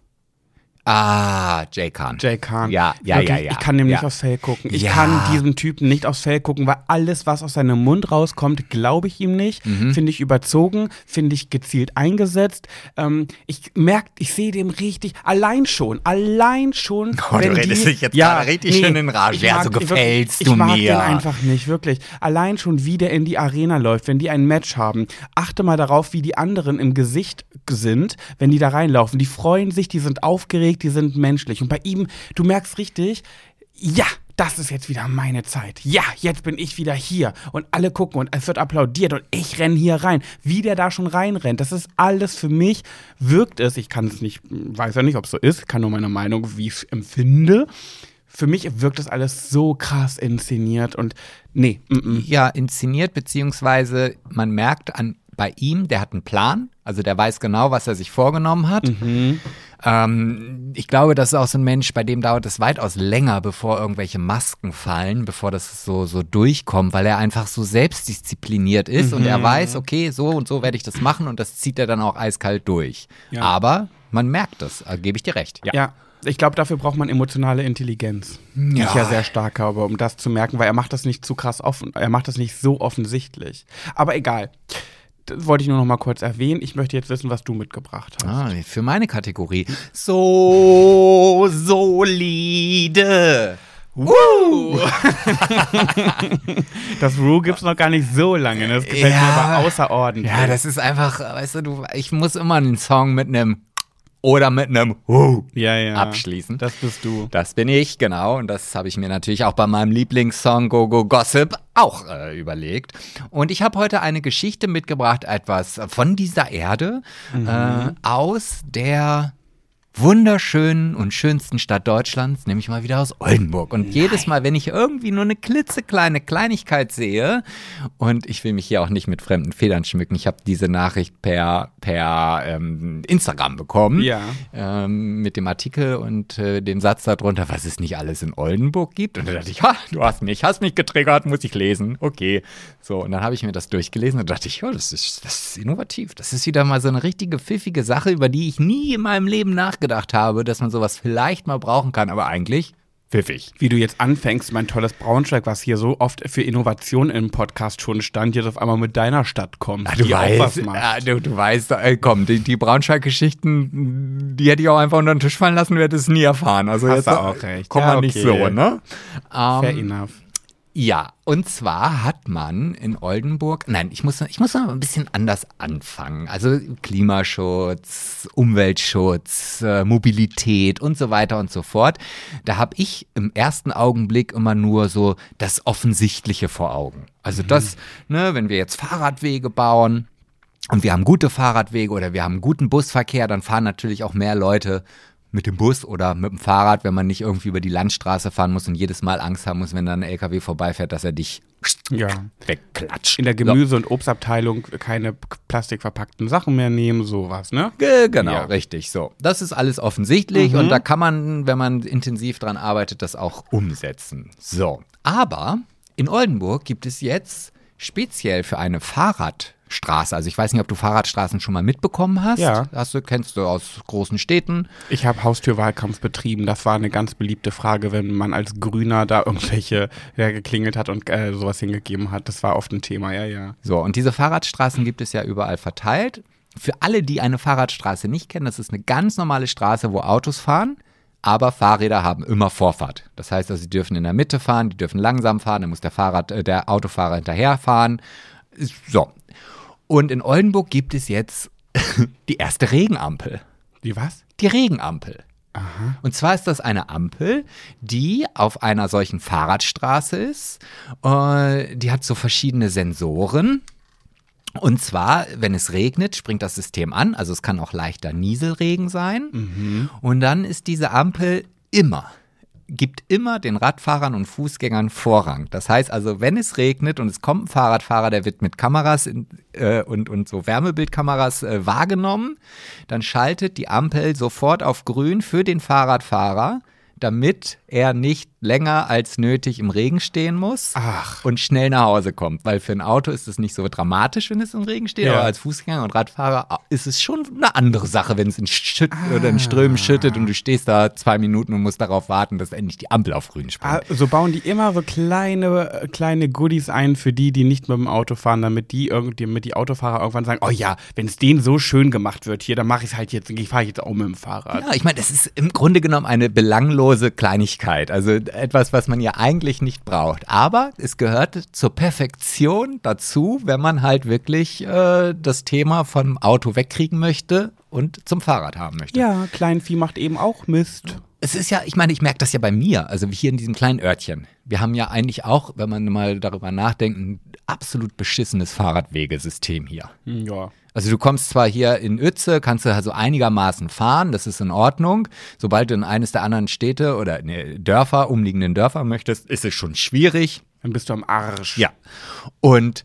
Ah, Jay Khan. Jay Khan. Ja, ja, Wirklich, ja, ja. Ich kann dem ja. nicht aufs Fell gucken. Ich Ja. kann diesem Typen nicht aufs Fell gucken, weil alles, was aus seinem Mund rauskommt, glaube ich ihm nicht. Mhm. Finde ich überzogen, finde ich gezielt eingesetzt. Ähm, ich merke, ich sehe dem richtig, allein schon, allein schon. Oh, du wenn redest die, dich jetzt gerade richtig schön in Rage. ich Ja, mag- so ich wirklich- gefällst ich du mag mir. Den einfach nicht, wirklich. Allein schon, wie der in die Arena läuft, wenn die ein Match haben. Achte mal darauf, wie die anderen im Gesicht sind, wenn die da reinlaufen. Die freuen sich, die sind aufgeregt, die sind menschlich. Und bei ihm, du merkst richtig, ja, das ist jetzt wieder meine Zeit. Ja, jetzt bin ich wieder hier. Und alle gucken und es wird applaudiert und ich renne hier rein. Wie der da schon reinrennt, das ist alles für mich, wirkt es, ich kann es nicht, weiß ja nicht, ob es so ist, kann nur meine Meinung, wie ich es empfinde. Für mich wirkt das alles so krass inszeniert und nee. M -m. Ja, inszeniert, beziehungsweise man merkt an bei ihm, der hat einen Plan, also der weiß genau, was er sich vorgenommen hat. Mhm. Ähm, ich glaube, das ist auch so ein Mensch, bei dem dauert es weitaus länger, bevor irgendwelche Masken fallen, bevor das so, so durchkommt, weil er einfach so selbstdiszipliniert ist Mhm. und er weiß, okay, so und so werde ich das machen und das zieht er dann auch eiskalt durch. Ja. Aber man merkt das, äh, gebe ich dir recht. Ja. Ja, ich glaube, dafür braucht man emotionale Intelligenz. Die Ja. ich ja sehr stark habe, um das zu merken, weil er macht das nicht zu krass offen, er macht das nicht so offensichtlich. Aber egal. Das wollte ich nur noch mal kurz erwähnen. Ich möchte jetzt wissen, was du mitgebracht hast. Ah, für meine Kategorie. So solide. Woo! Das Woo gibt's noch gar nicht so lange. Ne? Das gefällt Ja. mir aber außerordentlich. Ja, das ist einfach, weißt du, du, ich muss immer einen Song mit einem oder mit einem Hu ja, ja. abschließen. Das bist du. Das bin ich, genau. Und das habe ich mir natürlich auch bei meinem Lieblingssong Go Go Gossip auch äh, überlegt. Und ich habe heute eine Geschichte mitgebracht, etwas von dieser Erde, Mhm. äh, aus der wunderschönen und schönsten Stadt Deutschlands, nämlich mal wieder aus Oldenburg. Und jedes Mal, wenn ich irgendwie nur eine klitzekleine Kleinigkeit sehe, und ich will mich hier auch nicht mit fremden Federn schmücken, ich habe diese Nachricht per, per ähm, Instagram bekommen, Ja. ähm, mit dem Artikel und äh, dem Satz darunter, was es nicht alles in Oldenburg gibt. Und da dachte ich, ha, du hast mich, hast mich getriggert, muss ich lesen, okay. So, und dann habe ich mir das durchgelesen und dachte ich, ja, das ist, das ist innovativ. Das ist wieder mal so eine richtige pfiffige Sache, über die ich nie in meinem Leben nachgedacht habe, dass man sowas vielleicht mal brauchen kann, aber eigentlich pfiffig. Wie du jetzt anfängst, mein tolles Braunschweig, was hier so oft für Innovation im Podcast schon stand, jetzt auf einmal mit deiner Stadt kommt, Ah, du, die weißt, auch was macht. ah, du, du weißt, äh, komm, die, die Braunschweig-Geschichten, die hätte ich auch einfach unter den Tisch fallen lassen, wir hätten es nie erfahren. Also Hast jetzt du auch recht. kommt Ja, man nicht okay. so, ne? Fair Ähm, enough. Ja, und zwar hat man in Oldenburg, nein, ich muss, ich muss mal ein bisschen anders anfangen. Also Klimaschutz, Umweltschutz, äh, Mobilität und so weiter und so fort. Da habe ich im ersten Augenblick immer nur so das Offensichtliche vor Augen. Also das, ne, wenn wir jetzt Fahrradwege bauen und wir haben gute Fahrradwege oder wir haben guten Busverkehr, dann fahren natürlich auch mehr Leute mit dem Bus oder mit dem Fahrrad, wenn man nicht irgendwie über die Landstraße fahren muss und jedes Mal Angst haben muss, wenn dann ein L K W vorbeifährt, dass er dich Ja. wegklatscht. In der Gemüse- und Obstabteilung keine plastikverpackten Sachen mehr nehmen, sowas, ne? Ge- Genau, Ja. richtig, so. Das ist alles offensichtlich Mhm. und da kann man, wenn man intensiv dran arbeitet, das auch umsetzen. So, aber in Oldenburg gibt es jetzt speziell für eine Fahrradstraße, also ich weiß nicht, ob du Fahrradstraßen schon mal mitbekommen hast. Ja. Hast du, kennst du aus großen Städten. Ich habe Haustürwahlkampf betrieben. Das war eine ganz beliebte Frage, wenn man als Grüner da irgendwelche wer geklingelt hat und äh, sowas hingegeben hat. Das war oft ein Thema, ja, ja. So, und diese Fahrradstraßen gibt es ja überall verteilt. Für alle, die eine Fahrradstraße nicht kennen, das ist eine ganz normale Straße, wo Autos fahren, aber Fahrräder haben immer Vorfahrt. Das heißt, also, sie dürfen in der Mitte fahren, die dürfen langsam fahren, dann muss der Fahrrad, äh, der Autofahrer hinterherfahren. So. Und in Oldenburg gibt es jetzt die erste Regenampel. Die was? Die Regenampel. Aha. Und zwar ist das eine Ampel, die auf einer solchen Fahrradstraße ist. Äh, die hat so verschiedene Sensoren. Und zwar, wenn es regnet, springt das System an. Also es kann auch leichter Nieselregen sein. Mhm. Und dann ist diese Ampel immer, gibt immer den Radfahrern und Fußgängern Vorrang. Das heißt also, wenn es regnet und es kommt ein Fahrradfahrer, der wird mit Kameras in, äh, und, und so Wärmebildkameras äh, wahrgenommen, dann schaltet die Ampel sofort auf grün für den Fahrradfahrer, damit er nicht länger als nötig im Regen stehen muss Ach. und schnell nach Hause kommt. Weil für ein Auto ist es nicht so dramatisch, wenn es im Regen steht, Ja. aber als Fußgänger und Radfahrer ist es schon eine andere Sache, wenn es in, Schütt oder in Strömen schüttet und du stehst da zwei Minuten und musst darauf warten, dass endlich die Ampel auf grün springt. Ah, so bauen die immer so kleine, äh, kleine Goodies ein für die, die nicht mit dem Auto fahren, damit die irgendwie, damit die Autofahrer irgendwann sagen, oh ja, wenn es denen so schön gemacht wird hier, dann mache ich es halt jetzt, ich fahre jetzt auch mit dem Fahrrad. Ja, ich meine, das ist im Grunde genommen eine belanglose Kleinigkeit. Also etwas, was man ja eigentlich nicht braucht. Aber es gehört zur Perfektion dazu, wenn man halt wirklich äh, das Thema vom Auto wegkriegen möchte und zum Fahrrad haben möchte. Ja, Kleinvieh macht eben auch Mist. Es ist ja, ich meine, ich merke das ja bei mir, also hier in diesem kleinen Örtchen. Wir haben ja eigentlich auch, wenn man mal darüber nachdenkt, ein absolut beschissenes Fahrradwegesystem hier. Ja. Also du kommst zwar hier in Uetze, kannst du also einigermaßen fahren, das ist in Ordnung. Sobald du in eines der anderen Städte oder ne, Dörfer, umliegenden Dörfer möchtest, ist es schon schwierig. Dann bist du am Arsch. Ja. Und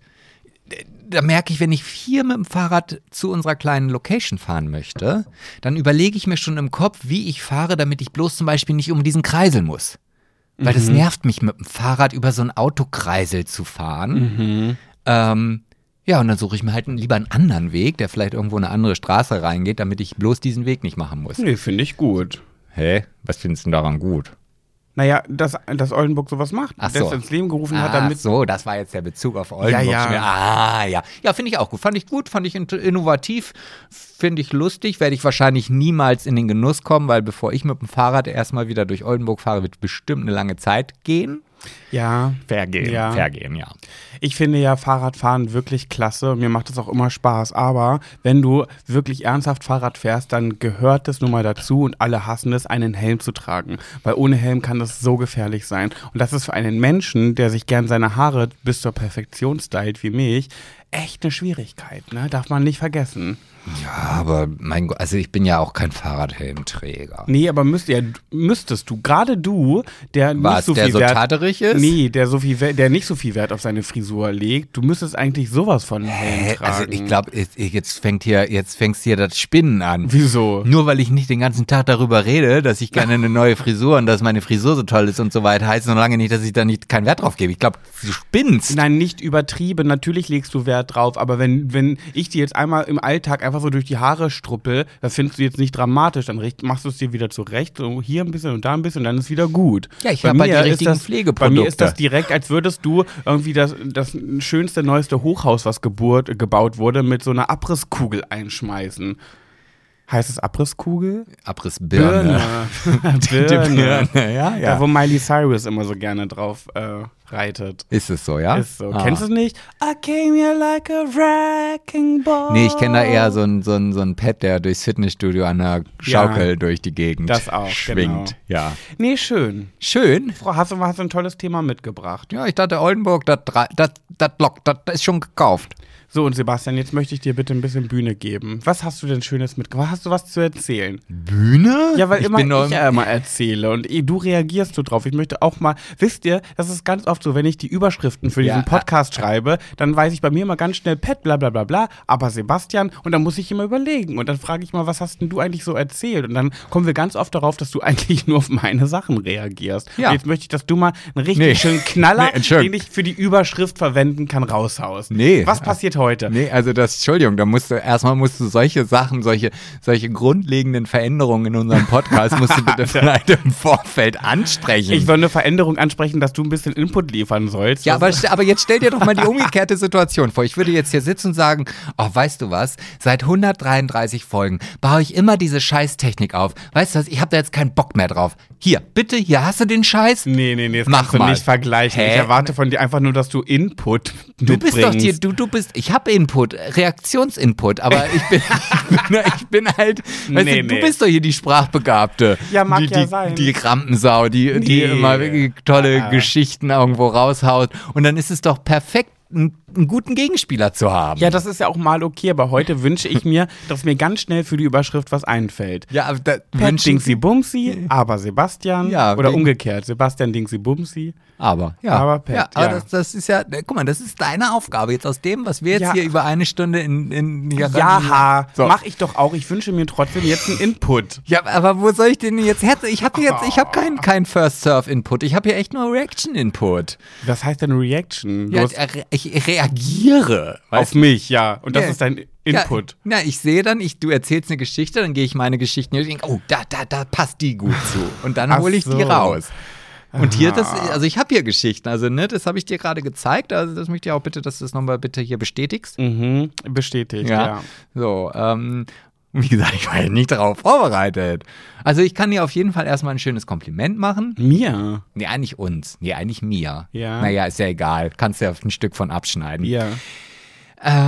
da merke ich, wenn ich hier mit dem Fahrrad zu unserer kleinen Location fahren möchte, dann überlege ich mir schon im Kopf, wie ich fahre, damit ich bloß zum Beispiel nicht um diesen Kreisel muss. Weil mhm. das nervt mich, mit dem Fahrrad über so einen Autokreisel zu fahren. Mhm. Ähm, ja, und dann suche ich mir halt lieber einen anderen Weg, der vielleicht irgendwo in eine andere Straße reingeht, damit ich bloß diesen Weg nicht machen muss. Nee, finde ich gut. Hä? Was findest du denn daran gut? Naja, dass, dass Oldenburg sowas macht, Ach das so. ins Leben gerufen hat, Ach damit. so, das war jetzt der Bezug auf Oldenburg. Ja, ja. Ah, ja. Ja, finde ich auch gut. Fand ich gut, fand ich innovativ, finde ich lustig. Werde ich wahrscheinlich niemals in den Genuss kommen, weil bevor ich mit dem Fahrrad erstmal wieder durch Oldenburg fahre, wird bestimmt eine lange Zeit gehen. Ja. Vergehen, Ja. vergehen, ja. Ich finde ja Fahrradfahren wirklich klasse. Mir macht es auch immer Spaß. Aber wenn du wirklich ernsthaft Fahrrad fährst, dann gehört es nun mal dazu und alle hassen es, einen Helm zu tragen. Weil ohne Helm kann das so gefährlich sein. Und das ist für einen Menschen, der sich gern seine Haare bis zur Perfektion stylt wie mich, echt eine Schwierigkeit, ne? Darf man nicht vergessen. Ja, aber mein Gott, also ich bin ja auch kein Fahrradhelmträger. Nee, aber müsst, ja, müsstest du, gerade du, der Was, nicht so der viel so Wert, taderig ist? Nee, der so viel, Wert- der nicht so viel Wert auf seine Frisur legt, du müsstest eigentlich sowas von Helm Hä? tragen. Also ich glaube, jetzt fängt hier, jetzt fängst hier das Spinnen an. Wieso? Nur weil ich nicht den ganzen Tag darüber rede, dass ich gerne eine neue Frisur und dass meine Frisur so toll ist und so weiter, heißt noch lange nicht, dass ich da nicht keinen Wert drauf gebe. Ich glaube, du spinnst. Nein, nicht übertrieben. Natürlich legst du Wert drauf, aber wenn, wenn ich dir jetzt einmal im Alltag einfach so durch die Haare struppel, das findest du jetzt nicht dramatisch, dann richt, machst du es dir wieder zurecht, so hier ein bisschen und da ein bisschen und dann ist wieder gut. Ja, ich Bei habe halt mir die ist richtigen das, Pflegeprodukte. Bei mir ist das direkt, als würdest du irgendwie das, das schönste, neueste Hochhaus, was geburt, gebaut wurde, mit so einer Abrisskugel einschmeißen. Heißt es Abrisskugel? Abrissbirne. Birne. Die Birne, ja, ja. Da, wo Miley Cyrus immer so gerne drauf äh, reitet. Ist es so, ja? Ist so. Ah. Kennst du es nicht? I came here like a wrecking ball. Nee, ich kenne da eher so ein, so ein, so ein Pet, der durchs Fitnessstudio an der Schaukel durch die Gegend das auch, schwingt. genau. Ja. Nee, schön. Schön. Frau, hast du, hast du ein tolles Thema mitgebracht? Ja, ich dachte, Oldenburg, das das das lockt, das ist schon gekauft. So, und Sebastian, jetzt möchte ich dir bitte ein bisschen Bühne geben. Was hast du denn Schönes mitgebracht? Hast du was zu erzählen? Bühne? Ja, weil ich immer bin ich ja immer erzähle und eh, du reagierst so drauf. Ich möchte auch mal, wisst ihr, das ist ganz oft so, wenn ich die Überschriften für diesen Ja, Podcast schreibe, dann weiß ich bei mir immer ganz schnell Pet, bla bla bla bla, aber Sebastian, und dann muss ich immer überlegen. Und dann frage ich mal, was hast denn du eigentlich so erzählt? Und dann kommen wir ganz oft darauf, dass du eigentlich nur auf meine Sachen reagierst. Ja. Und jetzt möchte ich, dass du mal einen richtig Nee. schönen Knaller, Nee, Entschuldigung. den ich für die Überschrift verwenden kann, raushaust. Nee. Was passiert heute? Nee, also das, Entschuldigung, da musst du, erstmal musst du solche Sachen, solche, solche grundlegenden Veränderungen in unserem Podcast musst du bitte vielleicht im Vorfeld ansprechen. Ich will eine Veränderung ansprechen, dass du ein bisschen Input liefern sollst. Ja, aber, Was- aber jetzt stell dir doch mal die umgekehrte Situation vor. Ich würde jetzt hier sitzen und sagen, oh, weißt du was, seit hundertdreiunddreißig Folgen baue ich immer diese Scheißtechnik auf. Weißt du was, ich habe da jetzt keinen Bock mehr drauf. Hier, bitte, hier hast du den Scheiß. Nee, nee, nee, das Mach kannst du mal. nicht vergleichen. Hä? Ich erwarte von dir einfach nur, dass du Input Du mitbringst. bist doch die, du, du bist, ich habe Input, Reaktionsinput, aber ich bin, ich bin, ich bin halt, weißt Nee, du, du nee. bist doch hier die Sprachbegabte. Ja, mag die, ja die, sein. Die Rampensau, die, die Nee. immer wirklich tolle Ja. Geschichten irgendwo raushaut. Und dann ist es doch perfekt, einen, einen guten Gegenspieler zu haben. Ja, das ist ja auch mal okay, aber heute wünsche ich mir, dass mir ganz schnell für die Überschrift was einfällt. ja aber da Pet wünschen Dingsy Bumsy, aber Sebastian. Ja, oder wegen- umgekehrt. Sebastian Dingsy Bumsy. Aber, ja. Aber Pet, ja, aber ja. Das, das ist ja, guck mal, das ist deine Aufgabe jetzt aus dem, was wir jetzt Ja. hier über eine Stunde in, in hier Ja, So. mach ich doch auch. Ich wünsche mir trotzdem jetzt einen Input. Ja, aber wo soll ich denn jetzt her? Ich habe jetzt, ich habe keinen kein First Serve Input. Ich habe hier echt nur Reaction Input. Was heißt denn Reaction? Du Ja, hast äh, ich reagiere. auf Weißt du? mich, ja. Und das Ja. ist dein Input. Ja, na, ich sehe dann, ich, du erzählst eine Geschichte, dann gehe ich meine Geschichten hier und denke, oh, da, da, da passt die gut zu. Und dann Ach hole ich so. die raus. Und hier, das, Aha. also ich habe hier Geschichten, also ne, das habe ich dir gerade gezeigt, also das möchte ich auch bitte, dass du das nochmal bitte hier bestätigst. Mhm, bestätigt, ja. So, ähm, wie gesagt, ich war ja nicht darauf vorbereitet. Also ich kann dir auf jeden Fall erstmal ein schönes Kompliment machen. Mir? Nee, eigentlich uns. Nee, eigentlich mir. Ja. Naja, ist ja egal. Kannst ja ein Stück von abschneiden. Ja. Ähm,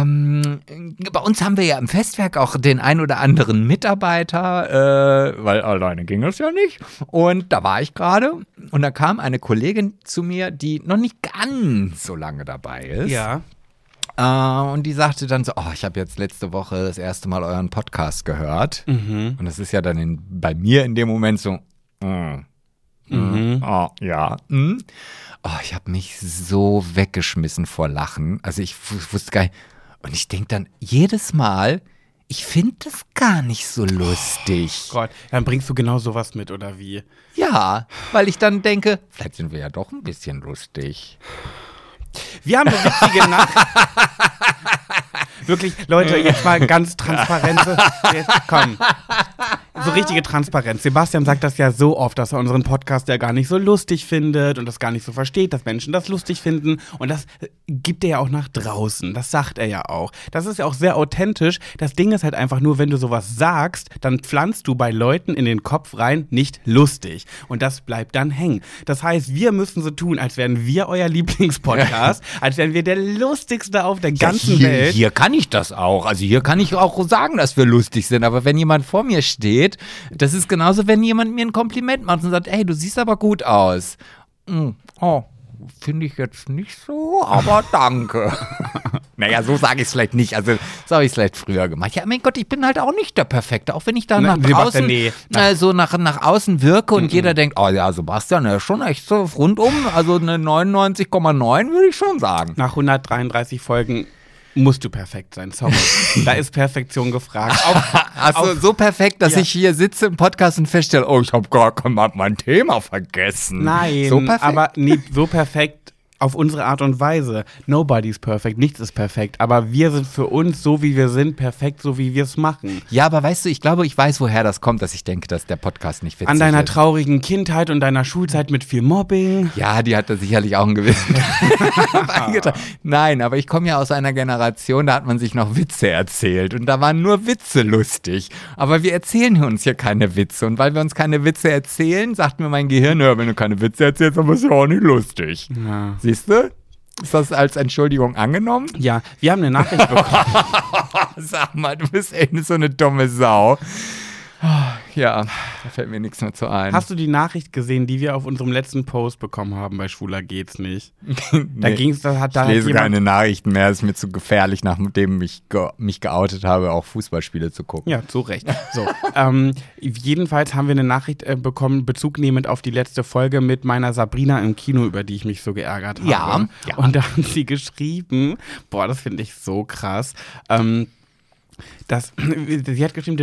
ähm, bei uns haben wir ja im Festwerk auch den ein oder anderen Mitarbeiter, äh, weil alleine ging das ja nicht. Und da war ich gerade und da kam eine Kollegin zu mir, die noch nicht ganz so lange dabei ist. Ja. Uh, und die sagte dann so, oh, ich habe jetzt letzte Woche das erste Mal euren Podcast gehört. Mhm. Und das ist ja dann in, bei mir in dem Moment so, mm, Mhm. mm, oh, ja. Mm. Oh, ich habe mich so weggeschmissen vor Lachen. Also ich w- wusste gar nicht. Und ich denke dann jedes Mal, ich finde das gar nicht so lustig. Oh Gott, dann bringst du genau sowas mit, oder wie? Ja, weil ich dann denke, vielleicht sind wir ja doch ein bisschen lustig. Wir haben eine witzige Nacht. Wirklich, Leute, jetzt mal ganz transparent. Jetzt, komm. So richtige Transparenz. Sebastian sagt das ja so oft, dass er unseren Podcast ja gar nicht so lustig findet und das gar nicht so versteht, dass Menschen das lustig finden. Und das gibt er ja auch nach draußen. Das sagt er ja auch. Das ist ja auch sehr authentisch. Das Ding ist halt einfach nur, wenn du sowas sagst, dann pflanzt du bei Leuten in den Kopf rein, nicht lustig. Und das bleibt dann hängen. Das heißt, wir müssen so tun, als wären wir euer Lieblingspodcast, als wären wir der lustigste auf der ganzen ja, hier, Welt. Hier kann ich das auch. Also hier kann ich auch sagen, dass wir lustig sind. Aber wenn jemand vor mir steht, das ist genauso, wenn jemand mir ein Kompliment macht und sagt, ey, du siehst aber gut aus. Mm, oh, finde ich jetzt nicht so, aber danke. Naja, so sage ich es vielleicht nicht. Also, so habe ich es vielleicht früher gemacht. Ja, mein Gott, ich bin halt auch nicht der Perfekte. Auch wenn ich da nach Nein, Sebastian, draußen, nee. äh, so nach, nach außen wirke und jeder denkt, oh ja, Sebastian, der ist schon echt so rundum. Also eine neunundneunzig Komma neun würde ich schon sagen. Nach hundertdreiunddreißig Folgen musst du perfekt sein, sorry. Da ist Perfektion gefragt. Auf, Also auf, so perfekt, dass Ja. ich hier sitze im Podcast und feststelle, oh, ich habe gar mal mein Thema vergessen. nein, so perfekt. aber nee, so perfekt auf unsere Art und Weise. Nobody's perfect, nichts ist perfekt. Aber wir sind für uns, so wie wir sind, perfekt, so wie wir es machen. Ja, aber weißt du, ich glaube, ich weiß, woher das kommt, dass ich denke, dass der Podcast nicht witzig An deiner ist. traurigen Kindheit und deiner Schulzeit mit viel Mobbing. Ja, die hat da sicherlich auch einen gewissen beigetragen. Nein, aber ich komme ja aus einer Generation, da hat man sich noch Witze erzählt und da waren nur Witze lustig. Aber wir erzählen uns hier keine Witze und weil wir uns keine Witze erzählen, sagt mir mein Gehirn, ja, wenn du keine Witze erzählst, dann bist du ja auch nicht lustig. Ja. Siehst du? Ist das als Entschuldigung angenommen? Ja, wir haben eine Nachricht bekommen. Sag mal, du bist echt so eine dumme Sau. Ja, da fällt mir nichts mehr zu ein. Hast du die Nachricht gesehen, die wir auf unserem letzten Post bekommen haben bei Schwuler geht's nicht? Da Nee. ging's, da hat da Ich hat lese jemand, keine Nachrichten mehr, ist mir zu gefährlich, nachdem ich ge mich geoutet habe, auch Fußballspiele zu gucken. Ja, zu Recht. So, ähm, jedenfalls haben wir eine Nachricht äh, bekommen, bezugnehmend auf die letzte Folge mit meiner Sabrina im Kino, über die ich mich so geärgert habe. Ja, ja. Und da hat sie geschrieben, boah, das finde ich so krass, ähm, das, sie hat geschrieben,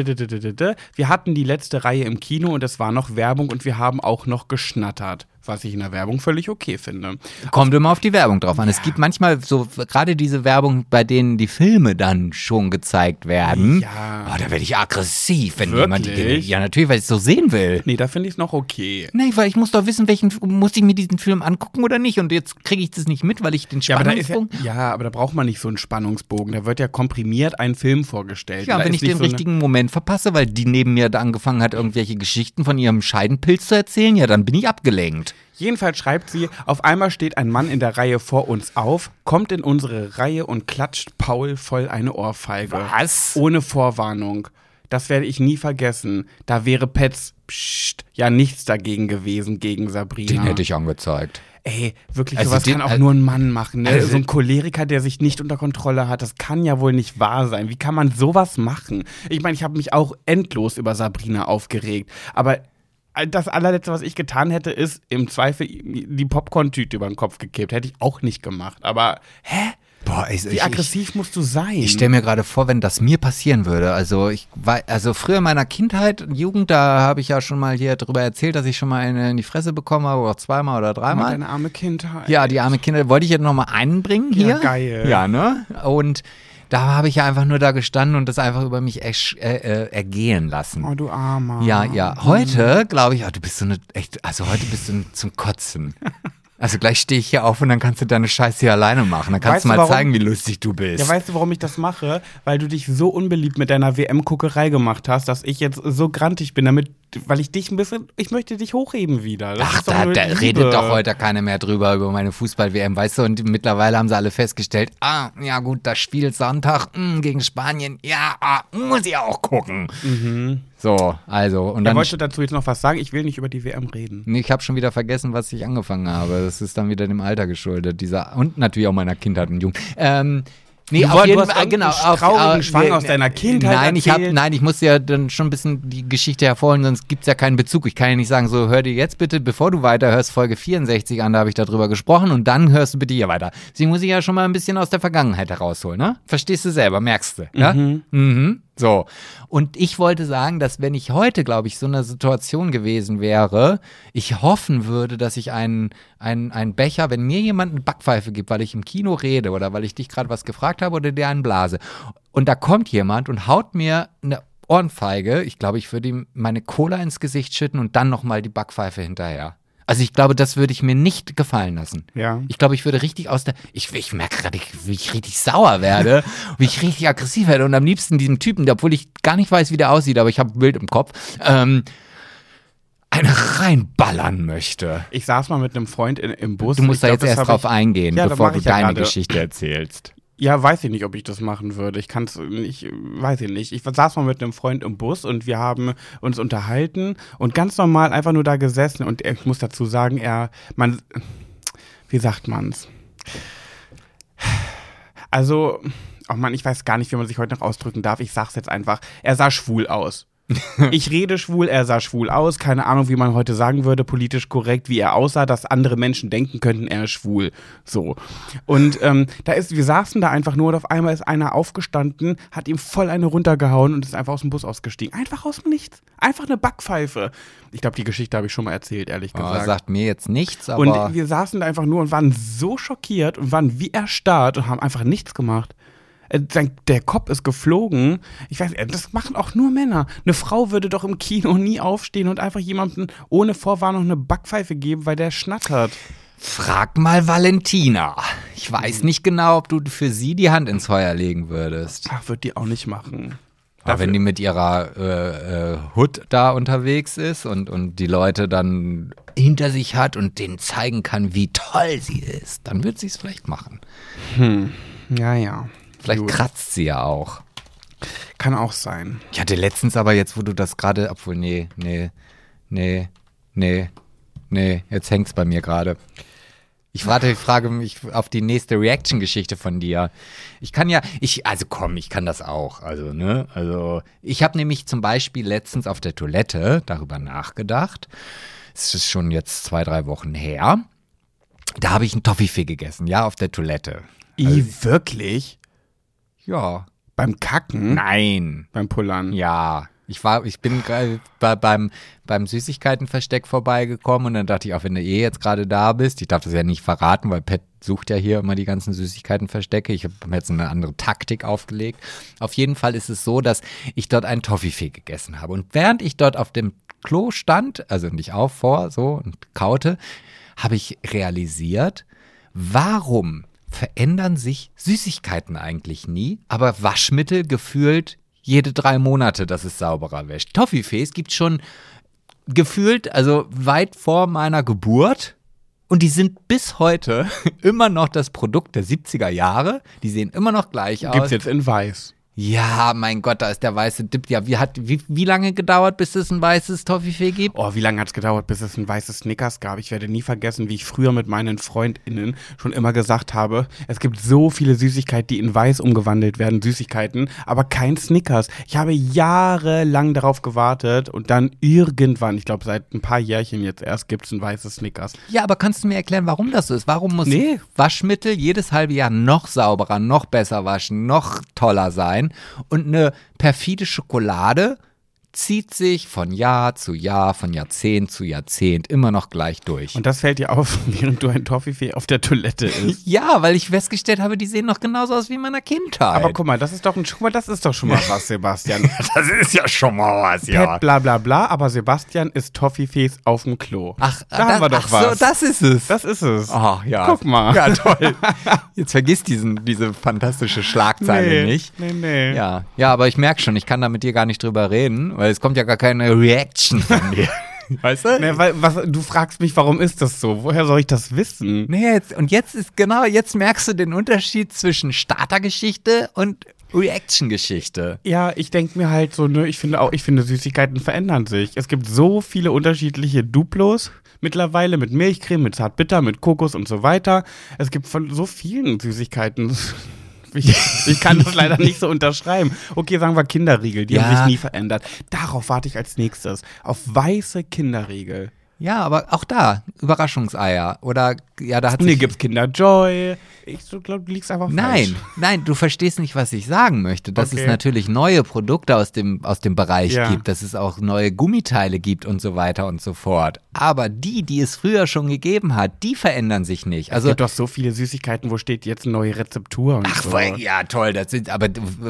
wir hatten die letzte Reihe im Kino und es war noch Werbung und wir haben auch noch geschnattert, was ich in der Werbung völlig okay finde. Kommt immer auf die Werbung drauf an. Es gibt manchmal so, gerade diese Werbung, bei denen die Filme dann schon gezeigt werden. Ja. Oh, da werde ich aggressiv, wenn Wirklich? jemand die, ja, natürlich, weil ich es so sehen will. Nee, da finde ich es noch okay. Nee, weil ich muss doch wissen, welchen, muss ich mir diesen Film angucken oder nicht? Und jetzt kriege ich das nicht mit, weil ich den Ja aber, da ist ja, Spannungsbogen... ja, aber da braucht man nicht so einen Spannungsbogen. Da wird ja komprimiert ein Film vorgestellt. Ja, Da wenn ist ich nicht den so eine- richtigen Moment verpasse, weil die neben mir da angefangen hat, irgendwelche Geschichten von ihrem Scheidenpilz zu erzählen, ja, dann bin ich abgelenkt. Jedenfalls schreibt sie, auf einmal steht ein Mann in der Reihe vor uns auf, kommt in unsere Reihe und klatscht Paul voll eine Ohrfeige. Was? Ohne Vorwarnung. Das werde ich nie vergessen. Da wäre Pets pst, ja nichts dagegen gewesen gegen Sabrina. Den hätte ich angezeigt. Ey, wirklich, Also sowas den- kann auch al- nur ein Mann machen. Ne? also- so ein Choleriker, der sich nicht unter Kontrolle hat, das kann ja wohl nicht wahr sein. Wie kann man sowas machen? Ich meine, ich habe mich auch endlos über Sabrina aufgeregt. Aber das allerletzte, was ich getan hätte, ist im Zweifel die Popcorn-Tüte über den Kopf gekippt. Hätte ich auch nicht gemacht. Aber, hä? Boah, ich, Wie aggressiv musst du sein? Ich stelle mir gerade vor, wenn das mir passieren würde. Also ich war, also früher in meiner Kindheit und Jugend, da habe ich ja schon mal hier drüber erzählt, dass ich schon mal eine in die Fresse bekommen habe, oder zweimal oder Mal dreimal. deine arme Kindheit. Ja, die arme Kinder, wollte ich jetzt noch mal einbringen hier. Ja, geil. Ja, ne? Und da habe ich ja einfach nur da gestanden und das einfach über mich ersch- äh, äh, ergehen lassen. Oh, du Armer. Ja, ja. Heute glaube ich, oh, du bist so eine, echt, also heute bist du zum Kotzen. Also gleich stehe ich hier auf und dann kannst du deine Scheiße hier alleine machen. Dann kannst Weißt du du, mal warum? zeigen, wie lustig du bist. Ja, weißt du, warum ich das mache? Weil du dich so unbeliebt mit deiner W M-Guckerei gemacht hast, dass ich jetzt so grantig bin, damit weil ich dich ein bisschen, ich möchte dich hochheben wieder. Das Ach, ist doch da, nur da Liebe. redet doch heute keiner mehr drüber, über meine Fußball-W M, weißt du, und mittlerweile haben sie alle festgestellt, ah, ja gut, das Spiel Sonntag mh, gegen Spanien, ja, ah, muss ich auch gucken. Mhm. So, also, und Ich dann... wollte dazu jetzt noch was sagen, ich will nicht über die W M reden. Nee, ich habe schon wieder vergessen, was ich angefangen habe. Das ist dann wieder dem Alter geschuldet, dieser, und natürlich auch meiner Kindheit und Jugend. Ähm, Nee, Du auf wolltest- jeden du hast Fall, genau. irgendeinen traurigen Schwang aus deiner Kindheit Nein, ich, hab, erzählt. nein, ich muss ja dann schon ein bisschen die Geschichte hervorholen, sonst gibt es ja keinen Bezug. Ich kann ja nicht sagen, so hör dir jetzt bitte, bevor du weiterhörst, Folge vierundsechzig an, da habe ich darüber gesprochen und dann hörst du bitte hier weiter. Deswegen muss ich ja schon mal ein bisschen aus der Vergangenheit herausholen, ne? Verstehst du selber, merkst du, ja? Mhm. Mhm. So. Und ich wollte sagen, dass wenn ich heute, glaube ich, so eine Situation gewesen wäre, ich hoffen würde, dass ich einen, einen, einen Becher, wenn mir jemand eine Backpfeife gibt, weil ich im Kino rede oder weil ich dich gerade was gefragt habe oder dir einen blase, und da kommt jemand und haut mir eine Ohrenfeige, ich glaube, ich würde ihm meine Cola ins Gesicht schütten und dann nochmal die Backpfeife hinterher. Also ich glaube, das würde ich mir nicht gefallen lassen. Ja. Ich glaube, ich würde richtig aus der, ich, ich merke gerade, wie ich richtig sauer werde, wie ich richtig aggressiv werde und am liebsten diesem Typen, obwohl ich gar nicht weiß, wie der aussieht, aber ich habe ein Bild im Kopf, ähm, eine reinballern möchte. Ich saß mal mit einem Freund in, im Bus. Du musst Ich da glaub, jetzt das erst hab drauf ich, eingehen, Ja, da bevor mach du ich ja deine gerade. Geschichte erzählst. Ja, weiß ich nicht, ob ich das machen würde. Ich kann es nicht, weiß ich nicht. Ich saß mal mit einem Freund im Bus und wir haben uns unterhalten und ganz normal einfach nur da gesessen. Und ich muss dazu sagen, er, man, wie sagt man's? Also, oh Mann, ich weiß gar nicht, wie man sich heute noch ausdrücken darf. Ich sag's jetzt einfach. Er sah schwul aus. Ich rede schwul, er sah schwul aus. Keine Ahnung, wie man heute sagen würde, politisch korrekt, wie er aussah, dass andere Menschen denken könnten, er ist schwul. So. Und ähm, da ist, wir saßen da einfach nur und auf einmal ist einer aufgestanden, hat ihm voll eine runtergehauen und ist einfach aus dem Bus ausgestiegen. Einfach aus dem Nichts. Einfach eine Backpfeife. Ich glaube, die Geschichte habe ich schon mal erzählt, ehrlich Oh, gesagt. sagt mir jetzt nichts, aber... Und wir saßen da einfach nur und waren so schockiert und waren wie erstarrt und haben einfach nichts gemacht. Äh, sein- Der Kopf ist geflogen. Ich weiß, äh, das machen auch nur Männer. Eine Frau würde doch im Kino nie aufstehen und einfach jemandem ohne Vorwarnung eine Backpfeife geben, weil der schnattert. Frag mal Valentina. Ich weiß nicht genau, ob du für sie die Hand ins Feuer legen würdest. Ach, wird die auch nicht machen. Aber wenn die mit ihrer äh, äh, Hood da unterwegs ist und, und die Leute dann hinter sich hat und denen zeigen kann, wie toll sie ist, dann wird sie es vielleicht machen. Hm. Ja, ja. Vielleicht Gut. kratzt sie ja auch. Kann auch sein. Ich hatte letztens aber jetzt, wo du das gerade, obwohl, nee, nee, nee, nee, nee, jetzt hängt's bei mir gerade. Ich warte, ich frage mich auf die nächste Reaction-Geschichte von dir. Ich kann ja, ich, also komm, ich kann das auch, also, ne, also, ich habe nämlich zum Beispiel letztens auf der Toilette darüber nachgedacht, es ist schon jetzt zwei, drei Wochen her, da habe ich einen Toffifee gegessen, ja, auf der Toilette. I, wirklich? Ja. Beim Kacken? Nein. Beim Pullern? Ja, ich war, ich bin gerade bei, beim, beim Süßigkeitenversteck vorbeigekommen und dann dachte ich, auch wenn du eh jetzt gerade da bist, ich darf das ja nicht verraten, weil Pat sucht ja hier immer die ganzen Süßigkeitenverstecke. Ich habe jetzt eine andere Taktik aufgelegt. Auf jeden Fall ist es so, dass ich dort einen Toffifee gegessen habe. Und während ich dort auf dem Klo stand, also nicht auf, vor, so und kaute, habe ich realisiert, warum verändern sich Süßigkeiten eigentlich nie, aber Waschmittel gefühlt jede drei Monate, dass es sauberer wäscht. Toffifees gibt schon gefühlt, also weit vor meiner Geburt, und die sind bis heute immer noch das Produkt der siebziger Jahre. Die sehen immer noch gleich aus. Gibt's jetzt in weiß. Ja, mein Gott, da ist der weiße Dip. Ja, wie, hat, wie, wie lange gedauert, bis es ein weißes Toffifee gibt? Oh, wie lange hat's gedauert, bis es ein weißes Snickers gab? Ich werde nie vergessen, wie ich früher mit meinen FreundInnen schon immer gesagt habe, es gibt so viele Süßigkeiten, die in weiß umgewandelt werden, Süßigkeiten, aber kein Snickers. Ich habe jahrelang darauf gewartet und dann irgendwann, ich glaube seit ein paar Jährchen jetzt erst, gibt's ein weißes Snickers. Ja, aber kannst du mir erklären, warum das so ist? Warum muss Nee. Waschmittel jedes halbe Jahr noch sauberer, noch besser waschen, noch toller sein? Und eine perfide Schokolade zieht sich von Jahr zu Jahr, von Jahrzehnt zu Jahrzehnt immer noch gleich durch. Und das fällt dir auf, während du ein Toffifee auf der Toilette isst. ja, weil ich festgestellt habe, die sehen noch genauso aus wie in meiner Kindheit. Aber guck mal, das ist doch ein, guck mal, das ist doch schon mal was, Sebastian. das ist ja schon mal was, Pet, bla bla bla, aber Sebastian isst Toffifees auf dem Klo. Ach, da haben wir doch ach was. so, das ist es. Das ist es. Oh, ja. Guck mal. Ja, toll. Jetzt vergiss diesen, diese fantastische Schlagzeile nee, nicht. Nee, nee. Ja, ja, aber ich merke schon, ich kann da mit dir gar nicht drüber reden, weil weil es kommt ja gar keine Reaction von dir. Weißt du? Ne, weil, was, du fragst mich, warum ist das so? Woher soll ich das wissen? Nee, jetzt, und jetzt ist genau, jetzt merkst du den Unterschied zwischen Startergeschichte und Reaction-Geschichte. Ja, ich denke mir halt so, ne, ich finde auch, ich finde Süßigkeiten verändern sich. Es gibt so viele unterschiedliche Duplos mittlerweile mit Milchcreme, mit Zartbitter, mit Kokos und so weiter. Es gibt von so vielen Süßigkeiten. Ich, ich kann das leider nicht so unterschreiben. Okay, sagen wir Kinderriegel, die Ja. haben sich nie verändert. Darauf warte ich als nächstes. Auf weiße Kinderriegel. Ja, aber auch da, Überraschungseier. Oder, ja, da hat Nee, sich... gibt's Kinderjoy. Ich so, glaube, du liegst einfach falsch. Nein, nein, du verstehst nicht, was ich sagen möchte. Dass Okay. es natürlich neue Produkte aus dem, aus dem Bereich Ja. gibt, dass es auch neue Gummiteile gibt und so weiter und so fort. Aber die, die es früher schon gegeben hat, die verändern sich nicht. Es Also, gibt doch so viele Süßigkeiten, wo steht jetzt neue Rezeptur und ach, so. voll, ja, toll, das sind, aber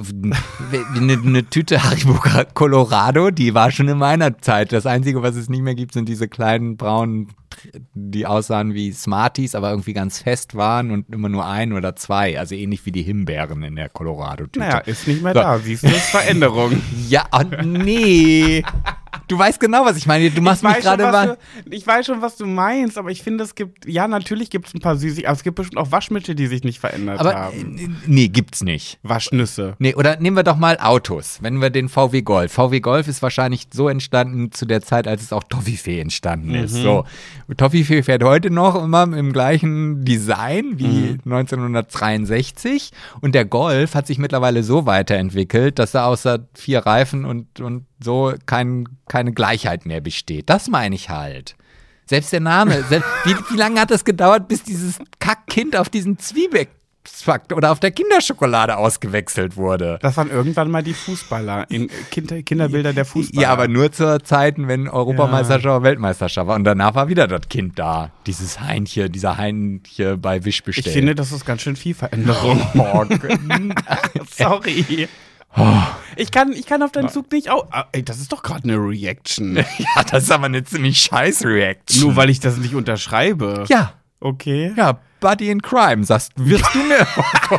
eine, eine Tüte Haribo Colorado, die war schon in meiner Zeit. Das Einzige, was es nicht mehr gibt, sind diese kleinen braunen, die aussahen wie Smarties, aber irgendwie ganz fest waren und immer nur ein oder zwei. Also ähnlich wie die Himbeeren in der Colorado-Tüte. Naja, ist nicht mehr So. da. Siehst du, das ist Veränderung. Ja, oh, nee. Du weißt genau, was ich meine. Du machst ich, mich weiß schon, gerade was mal. du, ich weiß schon, was du meinst, aber ich finde, es gibt, ja, natürlich gibt es ein paar Süßigkeiten, aber es gibt bestimmt auch Waschmittel, die sich nicht verändert Aber haben. äh, nee, gibt's nicht. Waschnüsse. Nee, oder nehmen wir doch mal Autos. Wenn wir den V W Golf. V W Golf ist wahrscheinlich so entstanden zu der Zeit, als es auch Toffifee entstanden ist. So. Toffifee fährt heute noch immer im gleichen Design wie Mhm. neunzehnhundertdreiundsechzig. Und der Golf hat sich mittlerweile so weiterentwickelt, dass er außer vier Reifen und, und so kein, keine Gleichheit mehr besteht. Das meine ich halt. Selbst der Name. Selbst, wie, wie lange hat es gedauert, bis dieses Kackkind auf diesen Zwiebeck oder auf der Kinderschokolade ausgewechselt wurde? Das waren irgendwann mal die Fußballer, in Kinder, Kinderbilder der Fußballer. Ja, aber nur zur Zeiten, wenn Europameisterschaft oder Weltmeisterschaft war. Und danach war wieder das Kind da. Dieses Heinche, dieser Heinche bei Wish Ich bestellt. finde, das ist ganz schön viel Veränderung. Oh, Sorry. Ich kann, ich kann auf deinen Zug nicht au. Ah, ey, das ist doch gerade eine Reaction. ja, das ist aber eine ziemlich scheiß Reaction. Nur weil ich das nicht unterschreibe. Ja, Okay. ja, Buddy in Crime, sagst wirst du mir.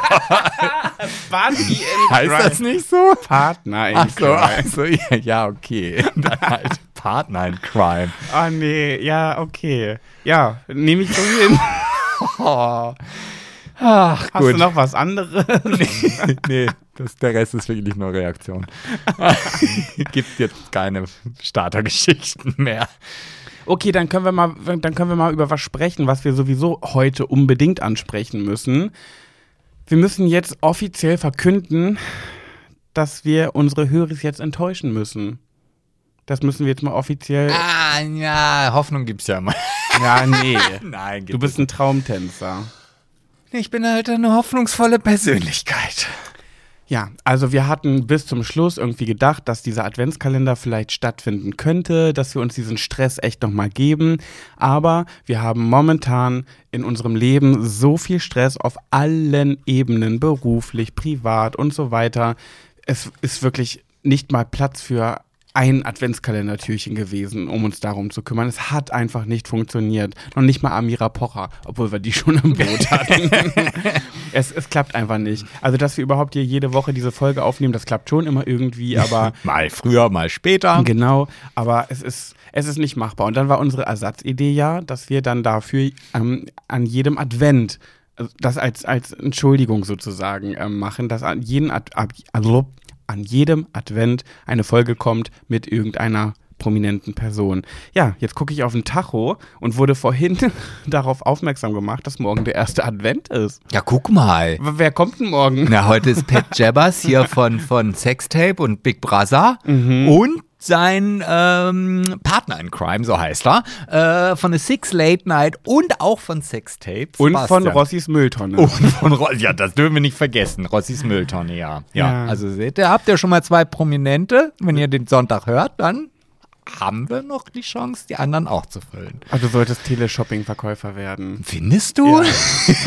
Buddy in heißt Crime. das nicht so? Partner in Ach so, Crime. ach so, ja, ja, okay. Dann halt Partner in Crime. Ah, nee, ja, okay. Ja, nehme ich so hin. Oh. Ach, Hast gut. du noch was anderes? nee, nee das, der Rest ist wirklich nur Reaktion. Gibt jetzt keine Startergeschichten mehr. Okay, dann können wir mal, dann können wir mal über was sprechen, was wir sowieso heute unbedingt ansprechen müssen. Wir müssen jetzt offiziell verkünden, dass wir unsere Höris jetzt enttäuschen müssen. Das müssen wir jetzt mal offiziell. Ah, ja, Hoffnung gibt's ja mal. Ja, nee. Nein, Du bist ein Traumtänzer. Ich bin halt eine hoffnungsvolle Persönlichkeit. Ja, also wir hatten bis zum Schluss irgendwie gedacht, dass dieser Adventskalender vielleicht stattfinden könnte, dass wir uns diesen Stress echt nochmal geben. Aber wir haben momentan in unserem Leben so viel Stress auf allen Ebenen, beruflich, privat und so weiter. Es ist wirklich nicht mal Platz für ein Adventskalendertürchen gewesen, um uns darum zu kümmern. Es hat einfach nicht funktioniert. Noch nicht mal Amira Pocher, obwohl wir die schon im Boot hatten. es, es klappt einfach nicht. Also, dass wir überhaupt hier jede Woche diese Folge aufnehmen, das klappt schon immer irgendwie, aber Mal früher, mal später. genau, aber es ist, es ist nicht machbar. Und dann war unsere Ersatzidee ja, dass wir dann dafür ähm, an jedem Advent, also das als, als Entschuldigung sozusagen ähm, machen, dass an jeden Ad, Ad, also an jedem Advent eine Folge kommt mit irgendeiner prominenten Person. Ja, jetzt gucke ich auf den Tacho und wurde vorhin darauf aufmerksam gemacht, dass morgen der erste Advent ist. Ja, guck mal. W- Wer kommt denn morgen? Na, heute ist Pat Jabbers hier von, von Sextape und Big Brother Mhm. und sein ähm, Partner in Crime, so heißt er, äh, von The Six Late Night und auch von Sextape. Und Sebastian. von Rossis Mülltonne. Und von Ro ja, das dürfen wir nicht vergessen. Rossis Mülltonne, ja. ja. Ja. Also seht ihr, habt ihr schon mal zwei Prominente. Wenn ihr den Sonntag hört, dann haben wir noch die Chance, die anderen auch zu füllen. Also du solltest Teleshopping-Verkäufer werden. Findest du? Ja.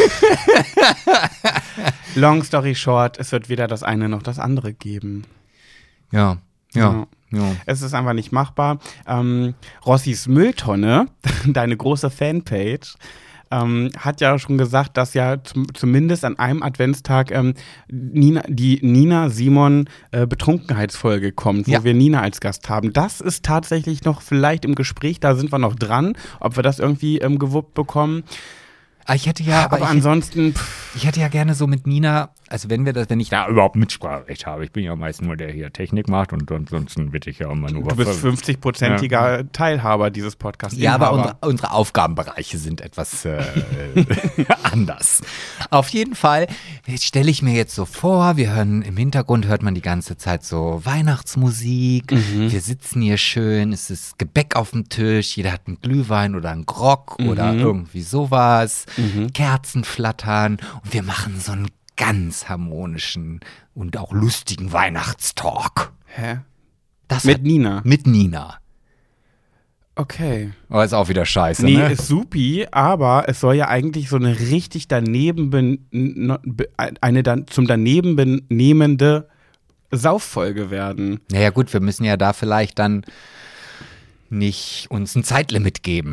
Long story short, es wird weder das eine noch das andere geben. Ja, ja, ja. Es ist einfach nicht machbar. Ähm, Rossis Mülltonne, deine große Fanpage, ähm, hat ja schon gesagt, dass ja zum, zumindest an einem Adventstag ähm, Nina, die Nina-Simon-Betrunkenheitsfolge kommt, wo Ja. wir Nina als Gast haben. Das ist tatsächlich noch vielleicht im Gespräch, da sind wir noch dran, ob wir das irgendwie ähm, gewuppt bekommen. Ah, Ich hätte ja, Aber, aber ich, ansonsten, pff, ich hätte ja gerne so mit Nina, also wenn wir das, wenn ich da überhaupt Mitspracherecht habe, ich bin ja meist nur der hier Technik macht und ansonsten bitte ich ja immer nur du bist fünfzig-prozentiger Teilhaber dieses Podcasts. Ja, aber Inhaber. unsere, unsere Aufgabenbereiche sind etwas äh, anders. Auf jeden Fall stelle ich mir jetzt so vor, wir hören im Hintergrund, hört man die ganze Zeit so Weihnachtsmusik, Mhm. wir sitzen hier schön, es ist Gebäck auf dem Tisch, jeder hat einen Glühwein oder einen Grog oder Mhm. irgendwie sowas, Kerzen flattern und wir machen so einen ganz harmonischen und auch lustigen Weihnachtstalk. Hä? Das Mit hat- Nina? Mit Nina. Okay. Aber ist auch wieder scheiße, Nee, ne? ist supi, aber es soll ja eigentlich so eine richtig daneben ben, no- be- eine dann zum daneben benehmende Sauffolge werden. Naja gut, wir müssen ja da vielleicht dann nicht uns ein Zeitlimit geben.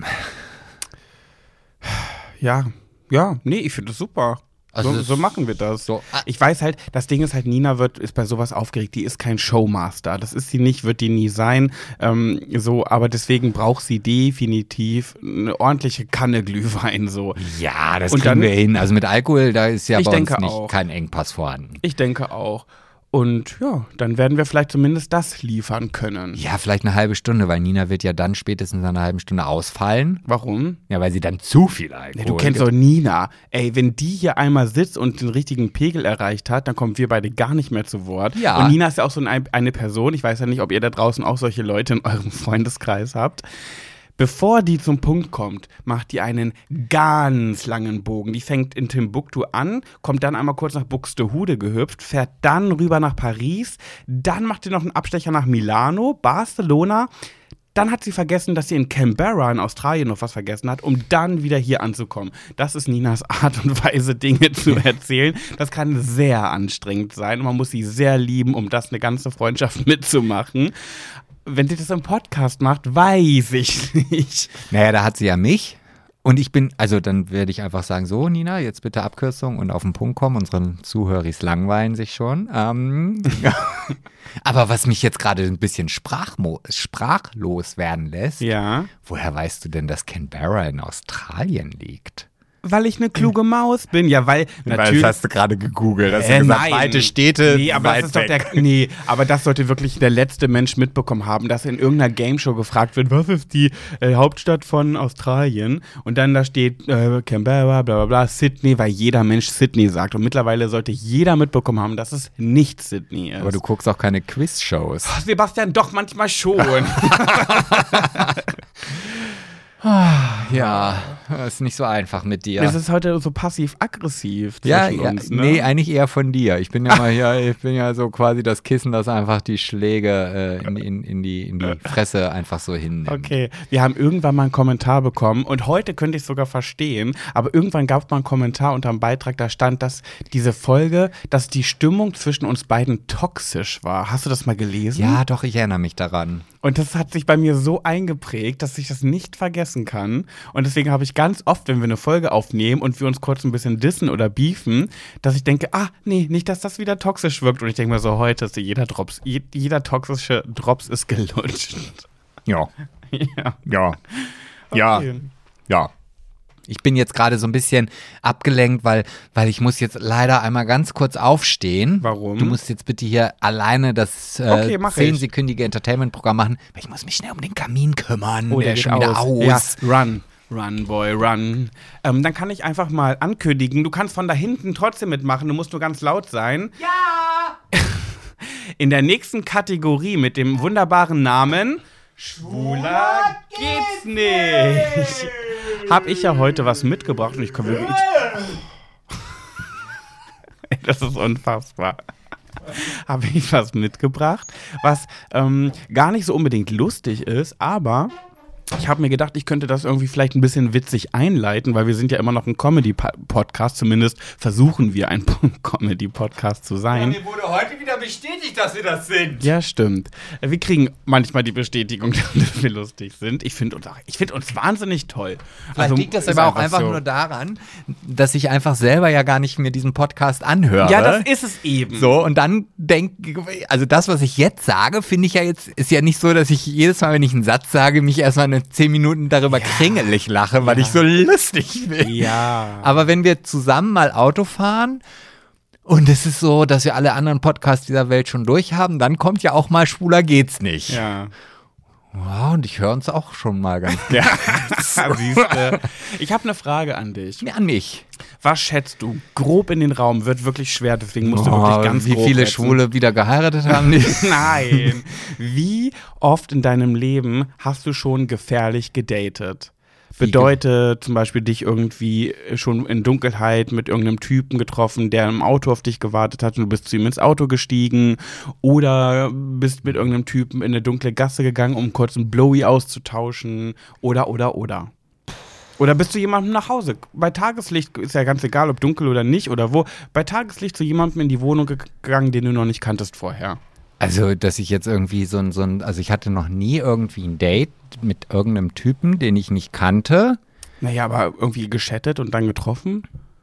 Ja, ja, nee, ich finde das super. Also so, das- so machen wir das. so, ah. Ich weiß halt, das Ding ist halt, Nina wird, ist bei sowas aufgeregt, die ist kein Showmaster. Das ist sie nicht, wird die nie sein. Ähm, so, aber deswegen braucht sie definitiv eine ordentliche Kanne Glühwein. So. Ja, das Und kriegen dann- wir hin. Also mit Alkohol, da ist ja Ich bei uns denke nicht auch. kein Engpass vorhanden. Ich denke auch. Und ja, dann werden wir vielleicht zumindest das liefern können. Ja, vielleicht eine halbe Stunde, weil Nina wird ja dann spätestens nach einer halben Stunde ausfallen. Warum? Ja, weil sie dann zu viel Alkohol Ja, du kennst doch Nina. Ey, wenn die hier einmal sitzt und den richtigen Pegel erreicht hat, dann kommen wir beide gar nicht mehr zu Wort. Ja. Und Nina ist ja auch so ein, eine Person, ich weiß ja nicht, ob ihr da draußen auch solche Leute in eurem Freundeskreis habt. Bevor die zum Punkt kommt, macht die einen ganz langen Bogen. Die fängt in Timbuktu an, kommt dann einmal kurz nach Buxtehude gehüpft, fährt dann rüber nach Paris, dann macht sie noch einen Abstecher nach Milano, Barcelona. Dann hat sie vergessen, dass sie in Canberra in Australien noch was vergessen hat, um dann wieder hier anzukommen. Das ist Ninas Art und Weise, Dinge zu erzählen. Das kann sehr anstrengend sein und man muss sie sehr lieben, um das eine ganze Freundschaft mitzumachen. Wenn sie das im Podcast macht, weiß ich nicht. Naja, da hat sie ja mich. Und ich bin, also dann werde ich einfach sagen, so Nina, jetzt bitte Abkürzung und auf den Punkt kommen. Unsere Zuhörer langweilen sich schon. Ähm, aber was mich jetzt gerade ein bisschen sprachmo- sprachlos werden lässt, Ja, woher weißt du denn, dass Canberra in Australien liegt? weil ich eine kluge Maus bin. Ja, weil natürlich. Das hast du gerade gegoogelt. Hast Äh, du gesagt, nein. weite Städte, Nee, aber weit das ist doch weg. der, nee, aber das sollte wirklich der letzte Mensch mitbekommen haben, dass in irgendeiner Gameshow gefragt wird, was ist die äh, Hauptstadt von Australien? Und dann da steht äh, Canberra, bla bla bla, Sydney, weil jeder Mensch Sydney sagt. Und mittlerweile sollte jeder mitbekommen haben, dass es nicht Sydney ist. Aber du guckst auch keine Quiz-Shows. Sebastian, doch manchmal schon. Ja, ist nicht so einfach mit dir. Es ist heute so passiv-aggressiv zwischen Ja, ja uns, ne? nee, eigentlich eher von dir. Ich bin ja mal hier, ich bin ja so quasi das Kissen, das einfach die Schläge äh, in, in, in, die, in die Fresse einfach so hinnimmt. Okay, wir haben irgendwann mal einen Kommentar bekommen und heute könnte ich es sogar verstehen, aber irgendwann gab es mal einen Kommentar unter einem Beitrag, da stand, dass diese Folge, dass die Stimmung zwischen uns beiden toxisch war. Hast du das mal gelesen? Ja, doch, ich erinnere mich daran. Und das hat sich bei mir so eingeprägt, dass ich das nicht vergessen kann. Und deswegen habe ich ganz oft, wenn wir eine Folge aufnehmen und wir uns kurz ein bisschen dissen oder beefen, dass ich denke, ah, nee, nicht, dass das wieder toxisch wirkt. Und ich denke mir so, heute ist jeder Drops, jeder toxische Drops ist gelutscht. Ja, Ja. ja, ja, Okay. ja. Ich bin jetzt gerade so ein bisschen abgelenkt, weil, weil ich muss jetzt leider einmal ganz kurz aufstehen. Warum? Du musst jetzt bitte hier alleine das äh, Okay, mach ich. zehnsekündige Entertainment-Programm machen, weil ich muss mich schnell um den Kamin kümmern. Oh, der, ist schon wieder aus. Ja, run. Run, Boy, run. Ähm, dann kann ich einfach mal ankündigen, du kannst von da hinten trotzdem mitmachen, du musst nur ganz laut sein. Ja! In der nächsten Kategorie mit dem wunderbaren Namen Schwuler geht's nicht. Hab ich ja heute was mitgebracht und ich komme wirklich. Ey, das ist unfassbar. Habe ich was mitgebracht, was ähm, gar nicht so unbedingt lustig ist, aber Ich habe mir gedacht, ich könnte das irgendwie vielleicht ein bisschen witzig einleiten, weil wir sind ja immer noch ein Comedy-Podcast, zumindest versuchen wir ein Comedy-Podcast zu sein. Ja, mir wurde heute wieder bestätigt, dass wir das sind. Ja, stimmt. Wir kriegen manchmal die Bestätigung, dass wir lustig sind. Ich finde uns, ich find uns wahnsinnig toll. Vielleicht also, liegt das aber auch einfach so. Nur daran, dass ich einfach selber ja gar nicht mir diesen Podcast anhöre. Ja, das ist es eben. So, und dann denke also das, was ich jetzt sage, finde ich ja jetzt, ist ja nicht so, dass ich jedes Mal, wenn ich einen Satz sage, mich erstmal eine zehn Minuten darüber ja. kringelig lache, weil ja. ich so lustig bin. Ja. Aber wenn wir zusammen mal Auto fahren und es ist so, dass wir alle anderen Podcasts dieser Welt schon durch haben, dann kommt ja auch mal Schwuler geht's nicht. Ja. Wow, und ich höre uns auch schon mal ganz gerne. Siehste. Ich habe eine Frage an dich. Ja, an mich. Was schätzt du? Grob in den Raum wird wirklich schwer, deswegen musst du oh, wirklich ganz wie grob Wie viele schätzen. Schwule wieder geheiratet haben die? Nein. Wie oft in deinem Leben hast du schon gefährlich gedatet? Bedeutet zum Beispiel dich irgendwie schon in Dunkelheit mit irgendeinem Typen getroffen, der im Auto auf dich gewartet hat und du bist zu ihm ins Auto gestiegen oder bist mit irgendeinem Typen in eine dunkle Gasse gegangen, um kurz einen Blowy auszutauschen oder, oder, oder. Oder bist du jemandem nach Hause? Bei Tageslicht ist ja ganz egal, ob dunkel oder nicht oder wo. Bei Tageslicht zu jemandem in die Wohnung gegangen, den du noch nicht kanntest vorher. Also, dass ich jetzt irgendwie so ein, so ein, also ich hatte noch nie irgendwie ein Date mit irgendeinem Typen, den ich nicht kannte. Naja, aber irgendwie geschattet und dann getroffen?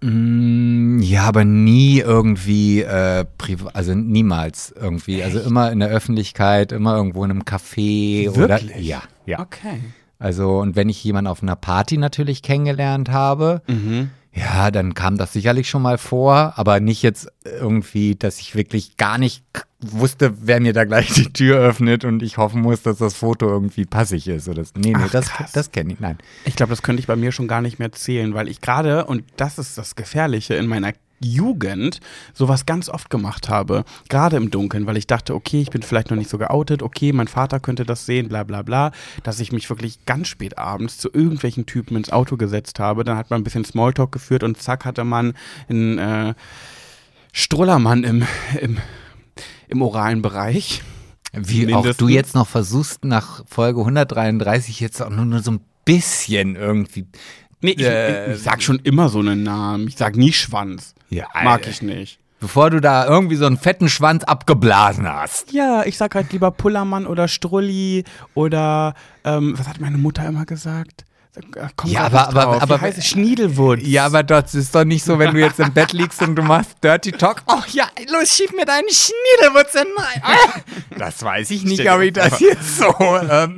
Mm, ja, aber nie irgendwie, äh, privat, also niemals irgendwie. Echt? Also immer in der Öffentlichkeit, immer irgendwo in einem Café. Wirklich? Oder, ja, ja. Okay. Also, und wenn ich jemanden auf einer Party natürlich kennengelernt habe, Mhm. ja, dann kam das sicherlich schon mal vor, aber nicht jetzt irgendwie, dass ich wirklich gar nicht wusste, wer mir da gleich die Tür öffnet und ich hoffen muss, dass das Foto irgendwie passig ist. Oder das, nee, nee, Ach, das, krass. das kenne ich, nein. Ich glaube, das könnte ich bei mir schon gar nicht mehr zählen, weil ich gerade, und das ist das Gefährliche, in meiner Jugend sowas ganz oft gemacht habe, gerade im Dunkeln, weil ich dachte, okay, ich bin vielleicht noch nicht so geoutet, okay, mein Vater könnte das sehen, bla bla bla, dass ich mich wirklich ganz spät abends zu irgendwelchen Typen ins Auto gesetzt habe, dann hat man ein bisschen Smalltalk geführt und zack hatte man einen äh, Strullermann im, im, im oralen Bereich. Wie Mindestens. auch du jetzt noch versuchst, nach Folge hundertdreiunddreißig jetzt auch nur, nur so ein bisschen irgendwie. Nee, ich, Äh, ich sag schon immer so einen Namen. Ich sag nie Schwanz. Ja, Mag ich nicht. Bevor du da irgendwie so einen fetten Schwanz abgeblasen hast. Ja, ich sag halt lieber Pullermann oder Strulli oder, ähm, was hat meine Mutter immer gesagt? Komm Ja, grad aber- nicht drauf. aber- aber- Wie heißt es? Schniedelwurz. Ja, aber das ist doch nicht so, wenn du jetzt im Bett liegst und du machst Dirty Talk. Oh ja, los, schieb mir deinen Schniedelwurz rein. Das weiß ich nicht, Stell dir ob ich das vor. jetzt so ähm,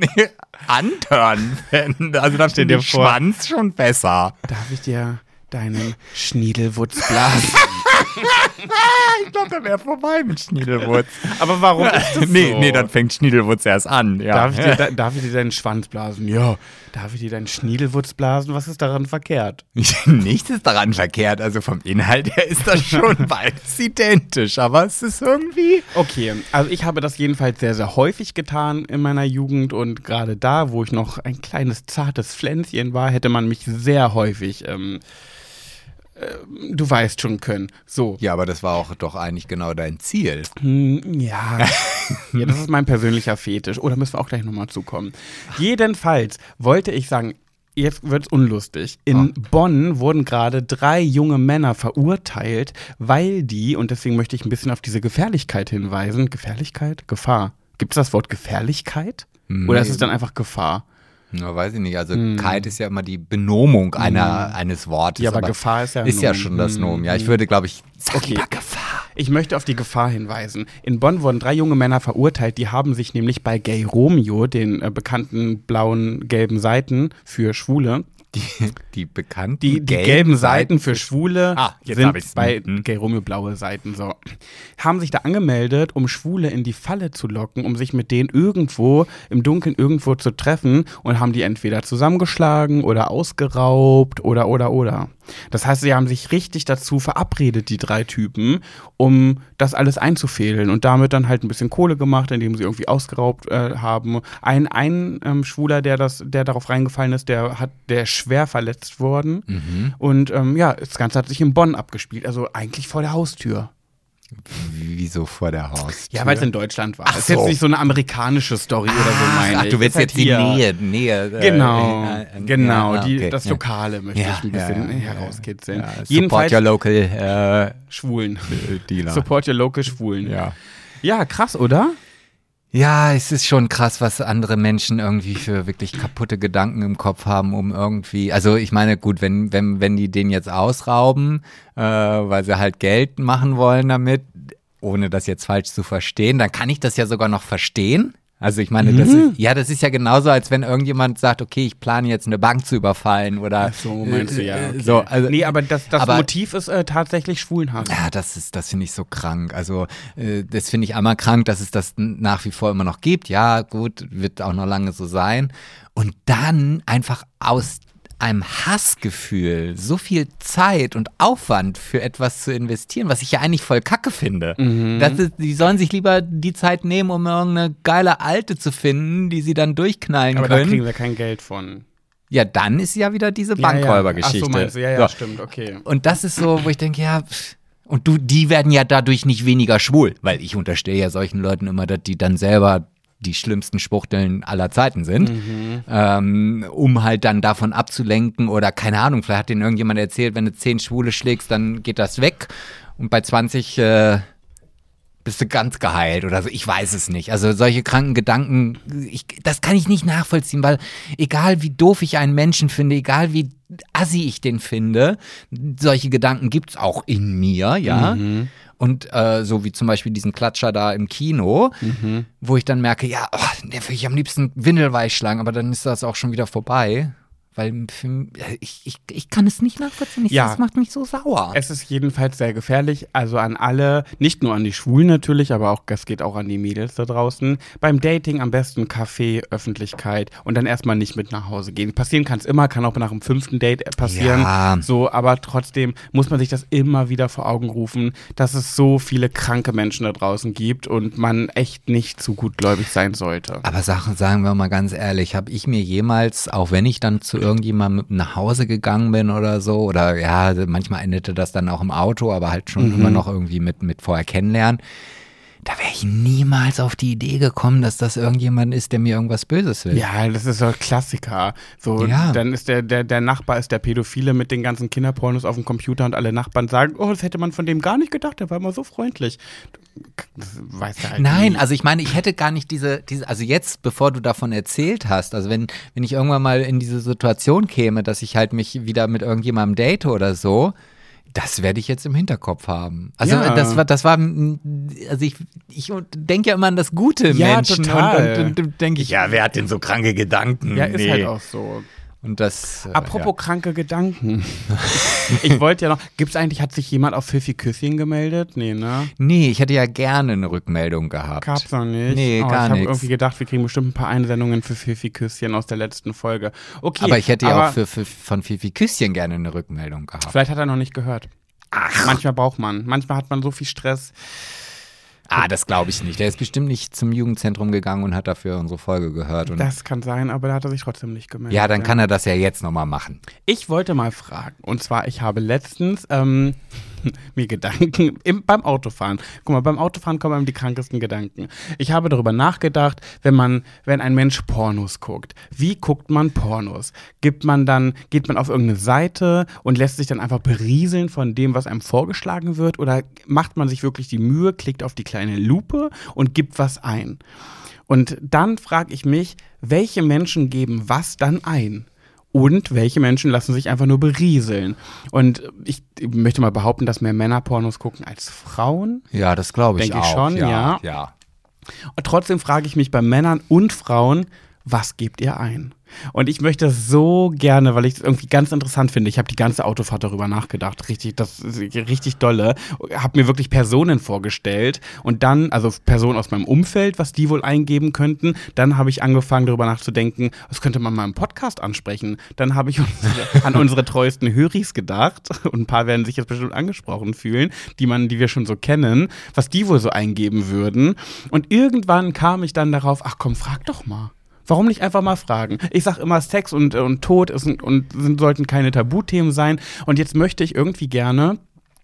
antören fände. Also da steht dir der vor. Schwanz schon besser. Darf ich dir deinen Schniedelwurz blasen? Ich glaube, da wäre vorbei mit Schniedelwurz. Aber warum ist das nee, so? nee, dann fängt Schniedelwurz erst an. Ja. Darf ich, dir, da, darf ich dir deinen Schwanz blasen? Ja. Darf ich dir deinen Schniedelwurz blasen? Was ist daran verkehrt? Nichts ist daran verkehrt. Also vom Inhalt her ist das schon beides identisch. Aber es ist irgendwie. Okay, also ich habe das jedenfalls sehr, sehr häufig getan in meiner Jugend und gerade da, wo ich noch ein kleines, zartes Pflänzchen war, hätte man mich sehr häufig, ähm, äh, du weißt schon können. So. Ja, aber das war auch doch eigentlich genau dein Ziel. Hm, ja. Ja, das ist mein persönlicher Fetisch. Oh, da müssen wir auch gleich nochmal zukommen. Jedenfalls wollte ich sagen, jetzt wird's unlustig. In Oh. Bonn wurden gerade drei junge Männer verurteilt, weil die, und deswegen möchte ich ein bisschen auf diese Gefährlichkeit hinweisen. Gefährlichkeit? Gefahr. Gibt es das Wort Gefährlichkeit? Nee. Oder ist es dann einfach Gefahr? Na, weiß ich nicht. Also Kite ist ja immer die Benomung einer, eines Wortes. Ja, aber Gefahr ist ja Ist ja Nomen. schon das Nomen. Ja, ich Mhm. würde, glaube ich, sag Okay. lieber Gefahr. Ich möchte auf die Gefahr hinweisen. In Bonn wurden drei junge Männer verurteilt, die haben sich nämlich bei Gay Romeo, den äh, bekannten blauen, gelben Seiten für Schwule, Die, die bekannten die, die gelben, Seiten für Schwule Ah, jetzt hab sind ich's. bei Mhm. Gay Romeo blaue Seiten, so. Haben sich da angemeldet, um Schwule in die Falle zu locken, um sich mit denen irgendwo im Dunkeln irgendwo zu treffen und haben die entweder zusammengeschlagen oder ausgeraubt oder, oder, oder. Das heißt, sie haben sich richtig dazu verabredet, die drei Typen, um das alles einzufädeln und damit dann halt ein bisschen Kohle gemacht, indem sie irgendwie ausgeraubt äh, haben. Ein, ein ähm, Schwuler, der das, der darauf reingefallen ist, der hat, der ist schwer verletzt worden. Mhm. Und ähm, ja, das Ganze hat sich in Bonn abgespielt, also eigentlich vor der Haustür. Wieso vor der Haustür? Ja, weil es in Deutschland war. Ach Das ist so. jetzt nicht so eine amerikanische Story oder so, meine Ach, ich. du willst Das jetzt ist die halt Nähe, Nähe. äh, Genau, äh, äh, genau. ja, die, okay, das ja. Lokale möchte Ja, ich ein ja, bisschen ja, herauskitzeln. Ja, support Jedenfalls your local äh, Schwulen. Dealer. Support your local Schwulen. Ja. Ja, krass, oder? Ja, es ist schon krass, was andere Menschen irgendwie für wirklich kaputte Gedanken im Kopf haben, um irgendwie, also ich meine, gut, wenn, wenn, wenn die den jetzt ausrauben, äh, weil sie halt Geld machen wollen damit, ohne das jetzt falsch zu verstehen, dann kann ich das ja sogar noch verstehen. Also ich meine, das ist, ja, das ist ja genauso, als wenn irgendjemand sagt, okay, ich plane jetzt eine Bank zu überfallen oder Ach so, meinst du, ja. Okay. so. Also, nee, aber das, das aber, Motiv ist äh, tatsächlich Schwulenhass. Ja, das ist, das finde ich so krank. Also äh, das finde ich einmal krank, dass es das nach wie vor immer noch gibt. Ja, gut, wird auch noch lange so sein. Und dann einfach aus einem Hassgefühl so viel Zeit und Aufwand für etwas zu investieren, was ich ja eigentlich voll kacke finde. Mhm. Das ist, die sollen sich lieber die Zeit nehmen, um irgendeine geile Alte zu finden, die sie dann durchknallen Aber können. da kriegen wir kein Geld von. Ja, dann ist ja wieder diese Ja, Bankräubergeschichte. ja. Ach so, meinst du, ja, ja, So. stimmt, okay. Und das ist so, wo ich denke, ja, pff, und du, die werden ja dadurch nicht weniger schwul, weil ich unterstelle ja solchen Leuten immer, dass die dann selber die schlimmsten Schwuchteln aller Zeiten sind, Mhm. ähm, um halt dann davon abzulenken oder keine Ahnung, vielleicht hat denen irgendjemand erzählt, wenn du zehn Schwule schlägst, dann geht das weg und bei zwanzig äh, bist du ganz geheilt oder so, ich weiß es nicht. Also solche kranken Gedanken, ich, das kann ich nicht nachvollziehen, weil egal wie doof ich einen Menschen finde, egal wie assi ich den finde, solche Gedanken gibt's auch in mir, ja. Mhm. Und äh, so wie zum Beispiel diesen Klatscher da im Kino, Mhm. wo ich dann merke, ja, oh, der will ich am liebsten windelweich schlagen, aber dann ist das auch schon wieder vorbei. Weil für, ich, ich, ich kann es nicht nachvollziehen. Ich, Ja. Das macht mich so sauer. Es ist jedenfalls sehr gefährlich, also an alle, nicht nur an die Schwulen natürlich, aber auch, das geht auch an die Mädels da draußen. Beim Dating am besten Kaffee, Öffentlichkeit und dann erstmal nicht mit nach Hause gehen. Passieren kann es immer, kann auch nach dem fünften Date passieren. Ja. So, aber trotzdem muss man sich das immer wieder vor Augen rufen, dass es so viele kranke Menschen da draußen gibt und man echt nicht zu gutgläubig sein sollte. Aber Sachen, sagen wir mal ganz ehrlich, habe ich mir jemals, auch wenn ich dann zu irgendjemandem nach Hause gegangen bin oder so, oder ja, manchmal endete das dann auch im Auto, aber halt schon Mhm. immer noch irgendwie mit, mit vorher kennenlernen, da wäre ich niemals auf die Idee gekommen, dass das irgendjemand ist, der mir irgendwas Böses will. Ja, das ist so ein Klassiker. So, Ja. dann ist der, der, der Nachbar ist der Pädophile mit den ganzen Kinderpornos auf dem Computer und alle Nachbarn sagen, oh, das hätte man von dem gar nicht gedacht, der war immer so freundlich. Das weißt du halt Nein, nie. also ich meine, ich hätte gar nicht diese, diese, also jetzt, bevor du davon erzählt hast, also wenn, wenn ich irgendwann mal in diese Situation käme, dass ich halt mich wieder mit irgendjemandem date oder so, das werde ich jetzt im Hinterkopf haben. Also Ja. das war, das war, also ich, ich denke ja immer an das Gute im Ja, Menschen total. und, und, und denke ich, ja, wer hat denn so kranke Gedanken? Ja, ist Nee. halt auch so. Und das, äh, Apropos kranke Gedanken. Ich wollte ja noch, gibt's eigentlich, hat sich jemand auf Pfiffi Küsschen gemeldet? Nee, ne? ja. Nee, ich hätte ja gerne eine Rückmeldung gehabt. Gab's noch nicht. Nee, oh, gar Ich habe nichts. irgendwie gedacht, wir kriegen bestimmt ein paar Einsendungen für Pfiffi Küsschen aus der letzten Folge. Okay, Aber ich hätte ja aber auch für, für, von Fifi Küsschen gerne eine Rückmeldung gehabt. vielleicht hat er noch nicht gehört. Ach. Manchmal braucht man. Manchmal hat man so viel Stress. Ah, das glaube ich nicht. Der ist bestimmt nicht zum Jugendzentrum gegangen und hat dafür unsere Folge gehört. Und Das kann sein, aber da hat er sich trotzdem nicht gemeldet. ja, dann kann er das ja jetzt nochmal machen. Ich wollte mal fragen, und zwar, ich habe letztens ähm, mir Gedanken im, beim Autofahren, guck mal, beim Autofahren kommen einem die krankesten Gedanken. Ich habe darüber nachgedacht, wenn man, wenn ein Mensch Pornos guckt, wie guckt man Pornos? Gibt man dann, geht man auf irgendeine Seite und lässt sich dann einfach berieseln von dem, was einem vorgeschlagen wird, oder macht man sich wirklich die Mühe, klickt auf die kleine Lupe und gibt was ein? Und dann frage ich mich, welche Menschen geben was dann ein? Und welche Menschen lassen sich einfach nur berieseln? Und ich möchte mal behaupten, dass mehr Männer Pornos gucken als Frauen. Ja, das glaube ich Denke ich auch. schon, ja. ja. Und trotzdem frage ich mich bei Männern und Frauen, was gebt ihr ein? Und ich möchte das so gerne, weil ich es irgendwie ganz interessant finde. Ich habe die ganze Autofahrt darüber nachgedacht, richtig, das ist richtig dolle. Habe mir wirklich Personen vorgestellt und dann, also Personen aus meinem Umfeld, was die wohl eingeben könnten. Dann habe ich angefangen, darüber nachzudenken, was könnte man mal im Podcast ansprechen. Dann habe ich unsere, an unsere treuesten Höris gedacht und ein paar werden sich jetzt bestimmt angesprochen fühlen, die man, die wir schon so kennen, was die wohl so eingeben würden. Und irgendwann kam ich dann darauf, ach komm, frag doch mal. Warum nicht einfach mal fragen? Ich sag immer, Sex und, und Tod ist, und sind, sollten keine Tabuthemen sein. Und jetzt möchte ich irgendwie gerne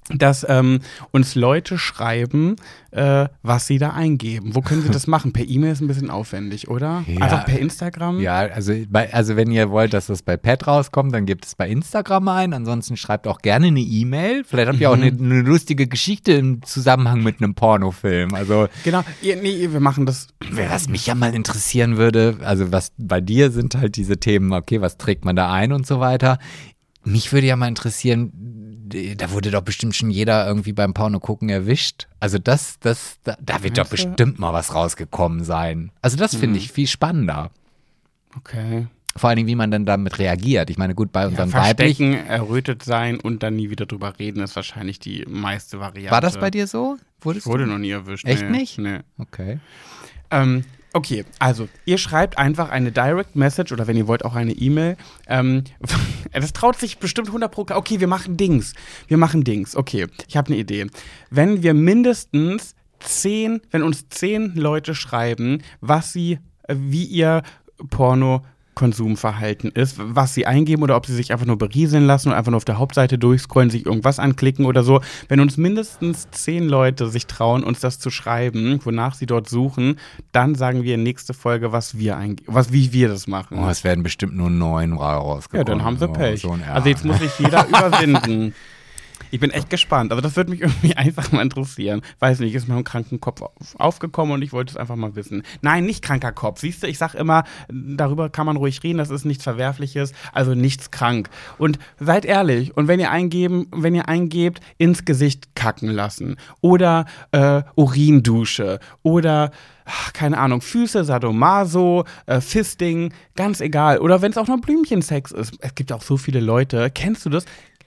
dass ähm, uns Leute schreiben, äh, was sie da eingeben. Wo können sie das machen? Per E-Mail ist ein bisschen aufwendig, oder? Ja. Einfach per Instagram? Ja, also, bei, also wenn ihr wollt, dass das bei Pat rauskommt, dann gebt es bei Instagram ein. Ansonsten schreibt auch gerne eine E-Mail. Vielleicht habt ihr auch eine, eine lustige Geschichte im Zusammenhang mit einem Pornofilm. Also Genau, ihr, nee, wir machen das. was mich ja mal interessieren würde, also was bei dir sind halt diese Themen, okay, was trägt man da ein und so weiter. Mich würde ja mal interessieren, da wurde doch bestimmt schon jeder irgendwie beim Porno gucken erwischt. Also das, das, da, da wird doch Meinst du? bestimmt mal was rausgekommen sein. Also das finde ich viel spannender. Okay. Vor allen Dingen, wie man dann damit reagiert. Ich meine, gut, bei Ja, unseren weiblichen. verstecken, errötet sein und dann nie wieder drüber reden, ist wahrscheinlich die meiste Variante. War das bei dir so? Wurdest Ich wurde du? noch nie erwischt. Echt nee. nicht? Nee. Okay. Ähm, okay, also ihr schreibt einfach eine Direct Message oder wenn ihr wollt auch eine E-Mail. Ähm, das traut sich bestimmt hundert Prozent. Okay, wir machen Dings. Wir machen Dings. Okay, ich habe eine Idee. Wenn wir mindestens zehn, wenn uns zehn Leute schreiben, was sie, äh, wie ihr Porno-Konsumverhalten ist, was sie eingeben oder ob sie sich einfach nur berieseln lassen und einfach nur auf der Hauptseite durchscrollen, sich irgendwas anklicken oder so. Wenn uns mindestens zehn Leute sich trauen, uns das zu schreiben, wonach sie dort suchen, dann sagen wir nächste Folge, was wir eingeben, was, wie wir das machen. Oh, es werden bestimmt nur neun rausgekommen. Ja, dann haben sie Oh, Pech. so ein Also jetzt muss sich jeder überwinden. Ich bin echt gespannt. Also das würde mich irgendwie einfach mal interessieren. Weiß nicht, ist mir im kranken Kopf auf, aufgekommen und ich wollte es einfach mal wissen. Nein, nicht kranker Kopf. Siehst du, ich sag immer, darüber kann man ruhig reden, das ist nichts Verwerfliches, also nichts krank. Und seid ehrlich, und wenn ihr eingeben, wenn ihr eingebt, ins Gesicht kacken lassen oder äh, Urindusche oder ach, keine Ahnung, Füße, Sadomaso, äh, Fisting, ganz egal. Oder wenn es auch noch Blümchensex ist. Es gibt auch so viele Leute, kennst du das?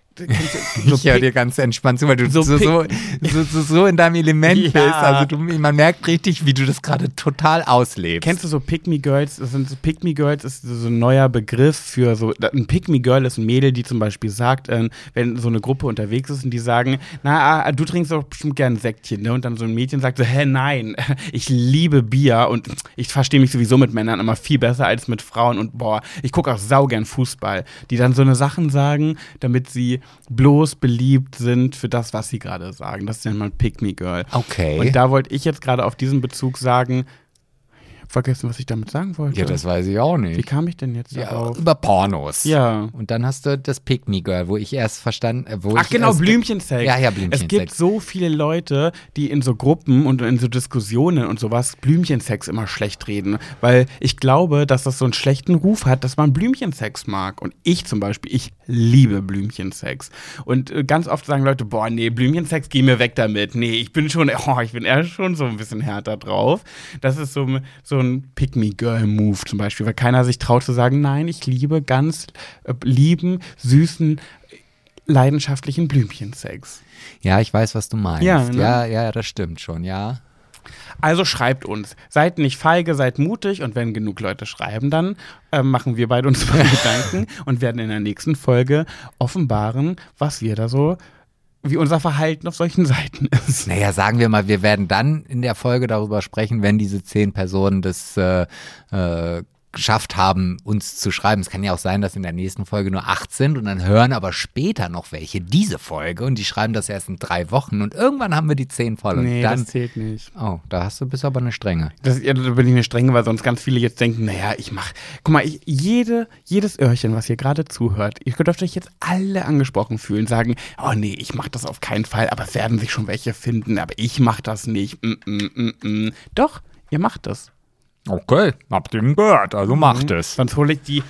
So ich höre dir ganz entspannt zu, weil du so, so, so, so, so, so in deinem Element Ja. bist. Also du, man merkt richtig, wie du das gerade total auslebst. Kennst du so Pick-Me-Girls? Das sind so Pick-Me-Girls ist so ein neuer Begriff für so, ein Pick-Me-Girl ist ein Mädel, die zum Beispiel sagt, äh, wenn so eine Gruppe unterwegs ist und die sagen, na, du trinkst doch bestimmt gern ein Säckchen, ne? Und dann so ein Mädchen sagt so, hä, nein, ich liebe Bier und ich verstehe mich sowieso mit Männern immer viel besser als mit Frauen und boah, ich gucke auch saugern Fußball. Die dann so eine Sachen sagen, damit sie bloß beliebt sind für das, was sie gerade sagen. Das ist ja mal Pick-Me-Girl. Okay. Und da wollte ich jetzt gerade auf diesen Bezug sagen, ich hab vergessen, was ich damit sagen wollte. Ja, das weiß ich auch nicht. Wie kam ich denn jetzt Ja, darauf? über Pornos. Ja. Und dann hast du das Pick Me Girl, wo ich erst verstanden, äh, wo Ach ich genau, erst, Blümchensex. Ja, ja, Blümchensex. Es gibt so viele Leute, die in so Gruppen und in so Diskussionen und sowas Blümchensex immer schlecht reden. Weil ich glaube, dass das so einen schlechten Ruf hat, dass man Blümchensex mag. Und ich zum Beispiel, ich liebe Blümchensex. Und äh, ganz oft sagen Leute, boah, nee, Blümchensex, geh mir weg damit. Nee, ich bin schon, oh, ich bin eher schon so ein bisschen härter drauf. Das ist so, so ein Pick-Me-Girl-Move zum Beispiel, weil keiner sich traut zu sagen, nein, ich liebe ganz äh, lieben, süßen, leidenschaftlichen Blümchensex. Ja, ich weiß, was du meinst. Ja, ne? ja, ja, das stimmt schon, ja. Also schreibt uns. Seid nicht feige, seid mutig und wenn genug Leute schreiben, dann äh, machen wir beide uns mal Gedanken und werden in der nächsten Folge offenbaren, was wir da so, wie unser Verhalten auf solchen Seiten ist. Naja, sagen wir mal, wir werden dann in der Folge darüber sprechen, wenn diese zehn Personen das äh, äh, geschafft haben, uns zu schreiben. Es kann ja auch sein, dass in der nächsten Folge nur acht sind und dann hören aber später noch welche diese Folge und die schreiben das erst in drei Wochen und irgendwann haben wir die zehn voll. Und Nee, dann, das zählt nicht. oh, da hast du bist aber eine Strenge. Das, ja, da bin ich eine Strenge, weil sonst ganz viele jetzt denken, naja, ich mach, guck mal, ich, jede, jedes Öhrchen, was hier gerade zuhört, ihr dürft euch jetzt alle angesprochen fühlen, sagen, oh nee, ich mach das auf keinen Fall, aber es werden sich schon welche finden, aber ich mach das nicht. Mm, mm, mm, mm. Doch, ihr macht das. Okay, habt ihr gehört, also macht Mhm. es. Sonst hole ich die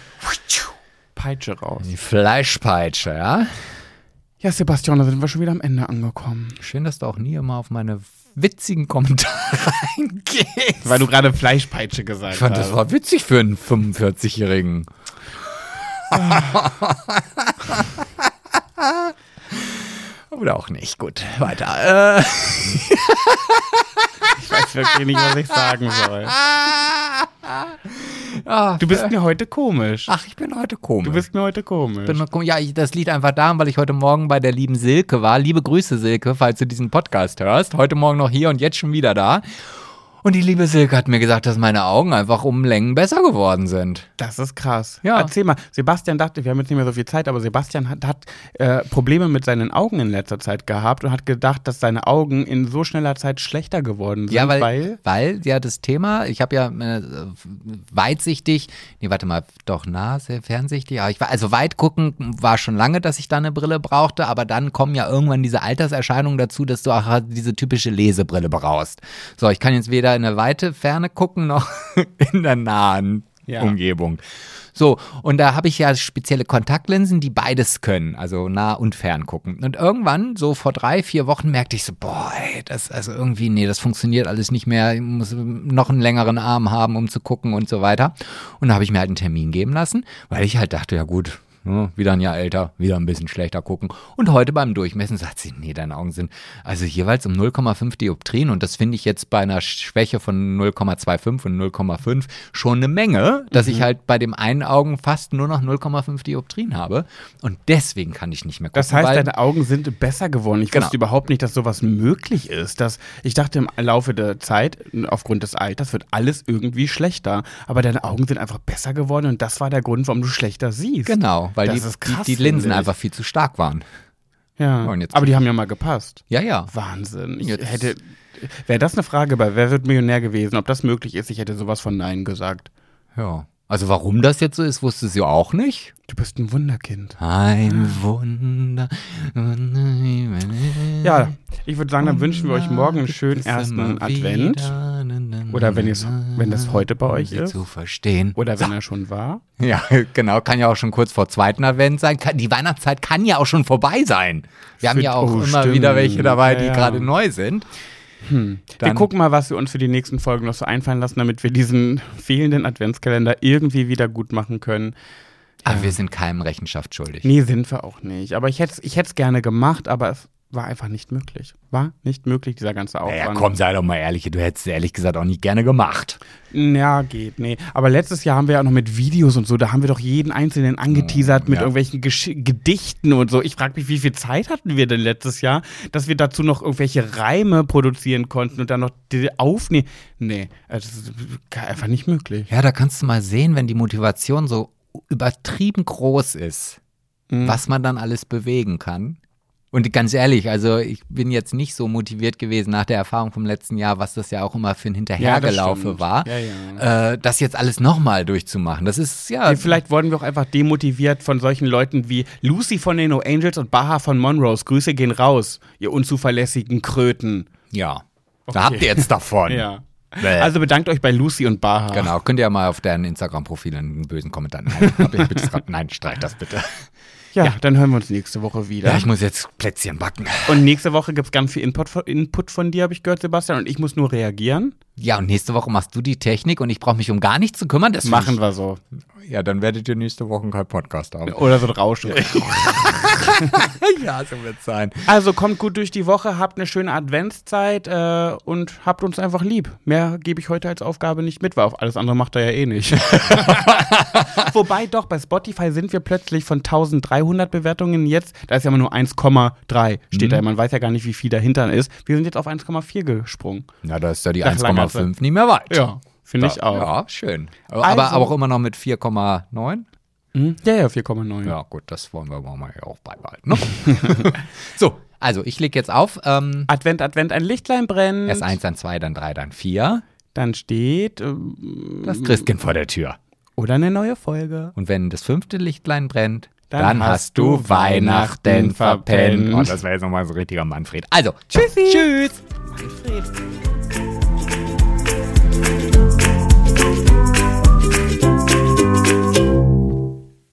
Peitsche raus. Die Fleischpeitsche, ja? Ja, Sebastian, da sind wir schon wieder am Ende angekommen. Schön, dass du auch nie immer auf meine witzigen Kommentare eingehst. Weil du gerade Fleischpeitsche gesagt Ich fand, hast. das war witzig für einen fünfundvierzigjährigen. Oder auch nicht. Gut, weiter. Äh. Ich weiß wirklich nicht, was ich sagen soll. Ah, Du bist mir heute komisch. Ach, ich bin heute komisch. Du bist mir heute komisch. bin nur komisch. Ja, ich, das liegt einfach daran, weil ich heute Morgen bei der lieben Silke war. Liebe Grüße, Silke, falls du diesen Podcast hörst. Heute Morgen noch hier und jetzt schon wieder da. Und die liebe Silke hat mir gesagt, dass meine Augen einfach um Längen besser geworden sind. Das ist krass. Ja. Erzähl mal, Sebastian dachte, wir haben jetzt nicht mehr so viel Zeit, aber Sebastian hat, hat äh, Probleme mit seinen Augen in letzter Zeit gehabt und hat gedacht, dass seine Augen in so schneller Zeit schlechter geworden sind. Ja, weil, weil, weil ja das Thema, ich habe ja äh, weitsichtig, nee, warte mal, doch nah, sehr fernsichtig, aber ich war, also weit gucken war schon lange, dass ich da eine Brille brauchte, aber dann kommen ja irgendwann diese Alterserscheinungen dazu, dass du auch diese typische Lesebrille brauchst. So, ich kann jetzt weder in der weite Ferne gucken, noch in der nahen ja. Umgebung. So, und da habe ich ja spezielle Kontaktlinsen, die beides können, also nah und fern gucken. Und irgendwann, so vor drei, vier Wochen, merkte ich so, boah, ey, das, also irgendwie, nee, das funktioniert alles nicht mehr, ich muss noch einen längeren Arm haben, um zu gucken und so weiter. Und da habe ich mir halt einen Termin geben lassen, weil ich halt dachte, ja gut, ja, wieder ein Jahr älter, wieder ein bisschen schlechter gucken. Und heute beim Durchmessen sagt sie, nee, deine Augen sind also jeweils um null Komma fünf Dioptrien und das finde ich jetzt bei einer Schwäche von null Komma fünfundzwanzig und null Komma fünf schon eine Menge, dass mhm. ich halt bei dem einen Augen fast nur noch null Komma fünf Dioptrien habe und deswegen kann ich nicht mehr gucken. Das heißt, deine Augen sind besser geworden. Ich genau. wusste überhaupt nicht, dass sowas möglich ist. Dass, ich dachte, im Laufe der Zeit, aufgrund des Alters, wird alles irgendwie schlechter. Aber deine Augen sind einfach besser geworden und das war der Grund, warum du schlechter siehst. Genau. Weil das die, ist krass, die, die Linsen einfach viel zu stark waren. Ja, und jetzt aber die haben ja mal gepasst. Ja, ja. Wahnsinn. Ich jetzt hätte, wäre das eine Frage bei Wer wird Millionär gewesen, ob das möglich ist, ich hätte sowas von Nein gesagt. Ja. Also warum das jetzt so ist, wusste sie auch nicht. Du bist ein Wunderkind. Ein Wunder. Ja, ich würde sagen, dann wünschen wir euch morgen einen schönen ersten Advent. Oder wenn, wenn das heute bei euch ist. Zu verstehen. Oder wenn er schon war. Ja, genau. Kann ja auch schon kurz vor zweiten Advent sein. Die Weihnachtszeit kann ja auch schon vorbei sein. Wir haben ja auch oh, immer stimmt. wieder welche dabei, die ja, ja. gerade neu sind. Hm. Wir gucken mal, was wir uns für die nächsten Folgen noch so einfallen lassen, damit wir diesen fehlenden Adventskalender irgendwie wieder gut machen können. Aber ja. wir sind keinem Rechenschaft schuldig. Nee, sind wir auch nicht. Aber ich hätte es ich gerne gemacht, aber es war einfach nicht möglich. War nicht möglich, dieser ganze Aufwand. Ja, komm, sei doch mal ehrlich, du hättest es ehrlich gesagt auch nicht gerne gemacht. Ja, geht, nee. Aber letztes Jahr haben wir ja noch mit Videos und so, da haben wir doch jeden Einzelnen angeteasert mit ja. irgendwelchen Gesch- Gedichten und so. Ich frage mich, wie viel Zeit hatten wir denn letztes Jahr, dass wir dazu noch irgendwelche Reime produzieren konnten und dann noch die aufnehmen. Nee, das ist einfach nicht möglich. Ja, da kannst du mal sehen, wenn die Motivation so übertrieben groß ist, mhm. was man dann alles bewegen kann. Und ganz ehrlich, also ich bin jetzt nicht so motiviert gewesen nach der Erfahrung vom letzten Jahr, was das ja auch immer für ein Hinterhergelaufe ja, war, ja, ja. Äh, das jetzt alles nochmal durchzumachen. Das ist, ja... Nee, vielleicht wurden wir auch einfach demotiviert von solchen Leuten wie Lucy von den No Angels und Baha von Monrose. Grüße gehen raus, ihr unzuverlässigen Kröten. Ja, okay. Da habt ihr jetzt davon. Ja. Also bedankt euch bei Lucy und Baha. Genau, könnt ihr ja mal auf deren Instagram-Profil einen bösen Kommentar nein, ich bitte grad, nein, streich das bitte. Ja, ja, dann hören wir uns nächste Woche wieder. Ja, ich muss jetzt Plätzchen backen. Und nächste Woche gibt es ganz viel Input, Input von dir, habe ich gehört, Sebastian. Und ich muss nur reagieren. Ja, und nächste Woche machst du die Technik und ich brauche mich um gar nichts zu kümmern. Das machen wir so. Ja, dann werdet ihr nächste Woche keinen Podcast haben. Oder so ein Rauschen. Ja, so wird es sein. Also kommt gut durch die Woche, habt eine schöne Adventszeit äh, und habt uns einfach lieb. Mehr gebe ich heute als Aufgabe nicht mit, weil alles andere macht er ja eh nicht. Wobei doch, bei Spotify sind wir plötzlich von dreizehnhundert Bewertungen jetzt, da ist ja immer nur eins Komma drei, steht mhm. da, man weiß ja gar nicht, wie viel dahinter ist. Wir sind jetzt auf eins Komma vier gesprungen. Na, da ist ja die eins Komma fünf nicht mehr weit. Ja, finde ich auch. Ja, schön. Aber, also, aber auch immer noch mit vier Komma neun? Ja, ja, vier Komma neun. Ja, gut, das wollen wir mal auch beibehalten. Ne? So, also ich lege jetzt auf. Ähm, Advent, Advent, ein Lichtlein brennt. Erst eins, dann zwei, dann drei, dann vier. Dann steht ähm, das Christkind vor der Tür. Oder eine neue Folge. Und wenn das fünfte Lichtlein brennt, dann, dann hast du Weihnachten verpennt. Oh, das wäre jetzt nochmal so ein richtiger Manfred. Also, tschüssi. Tschüss. Manfred.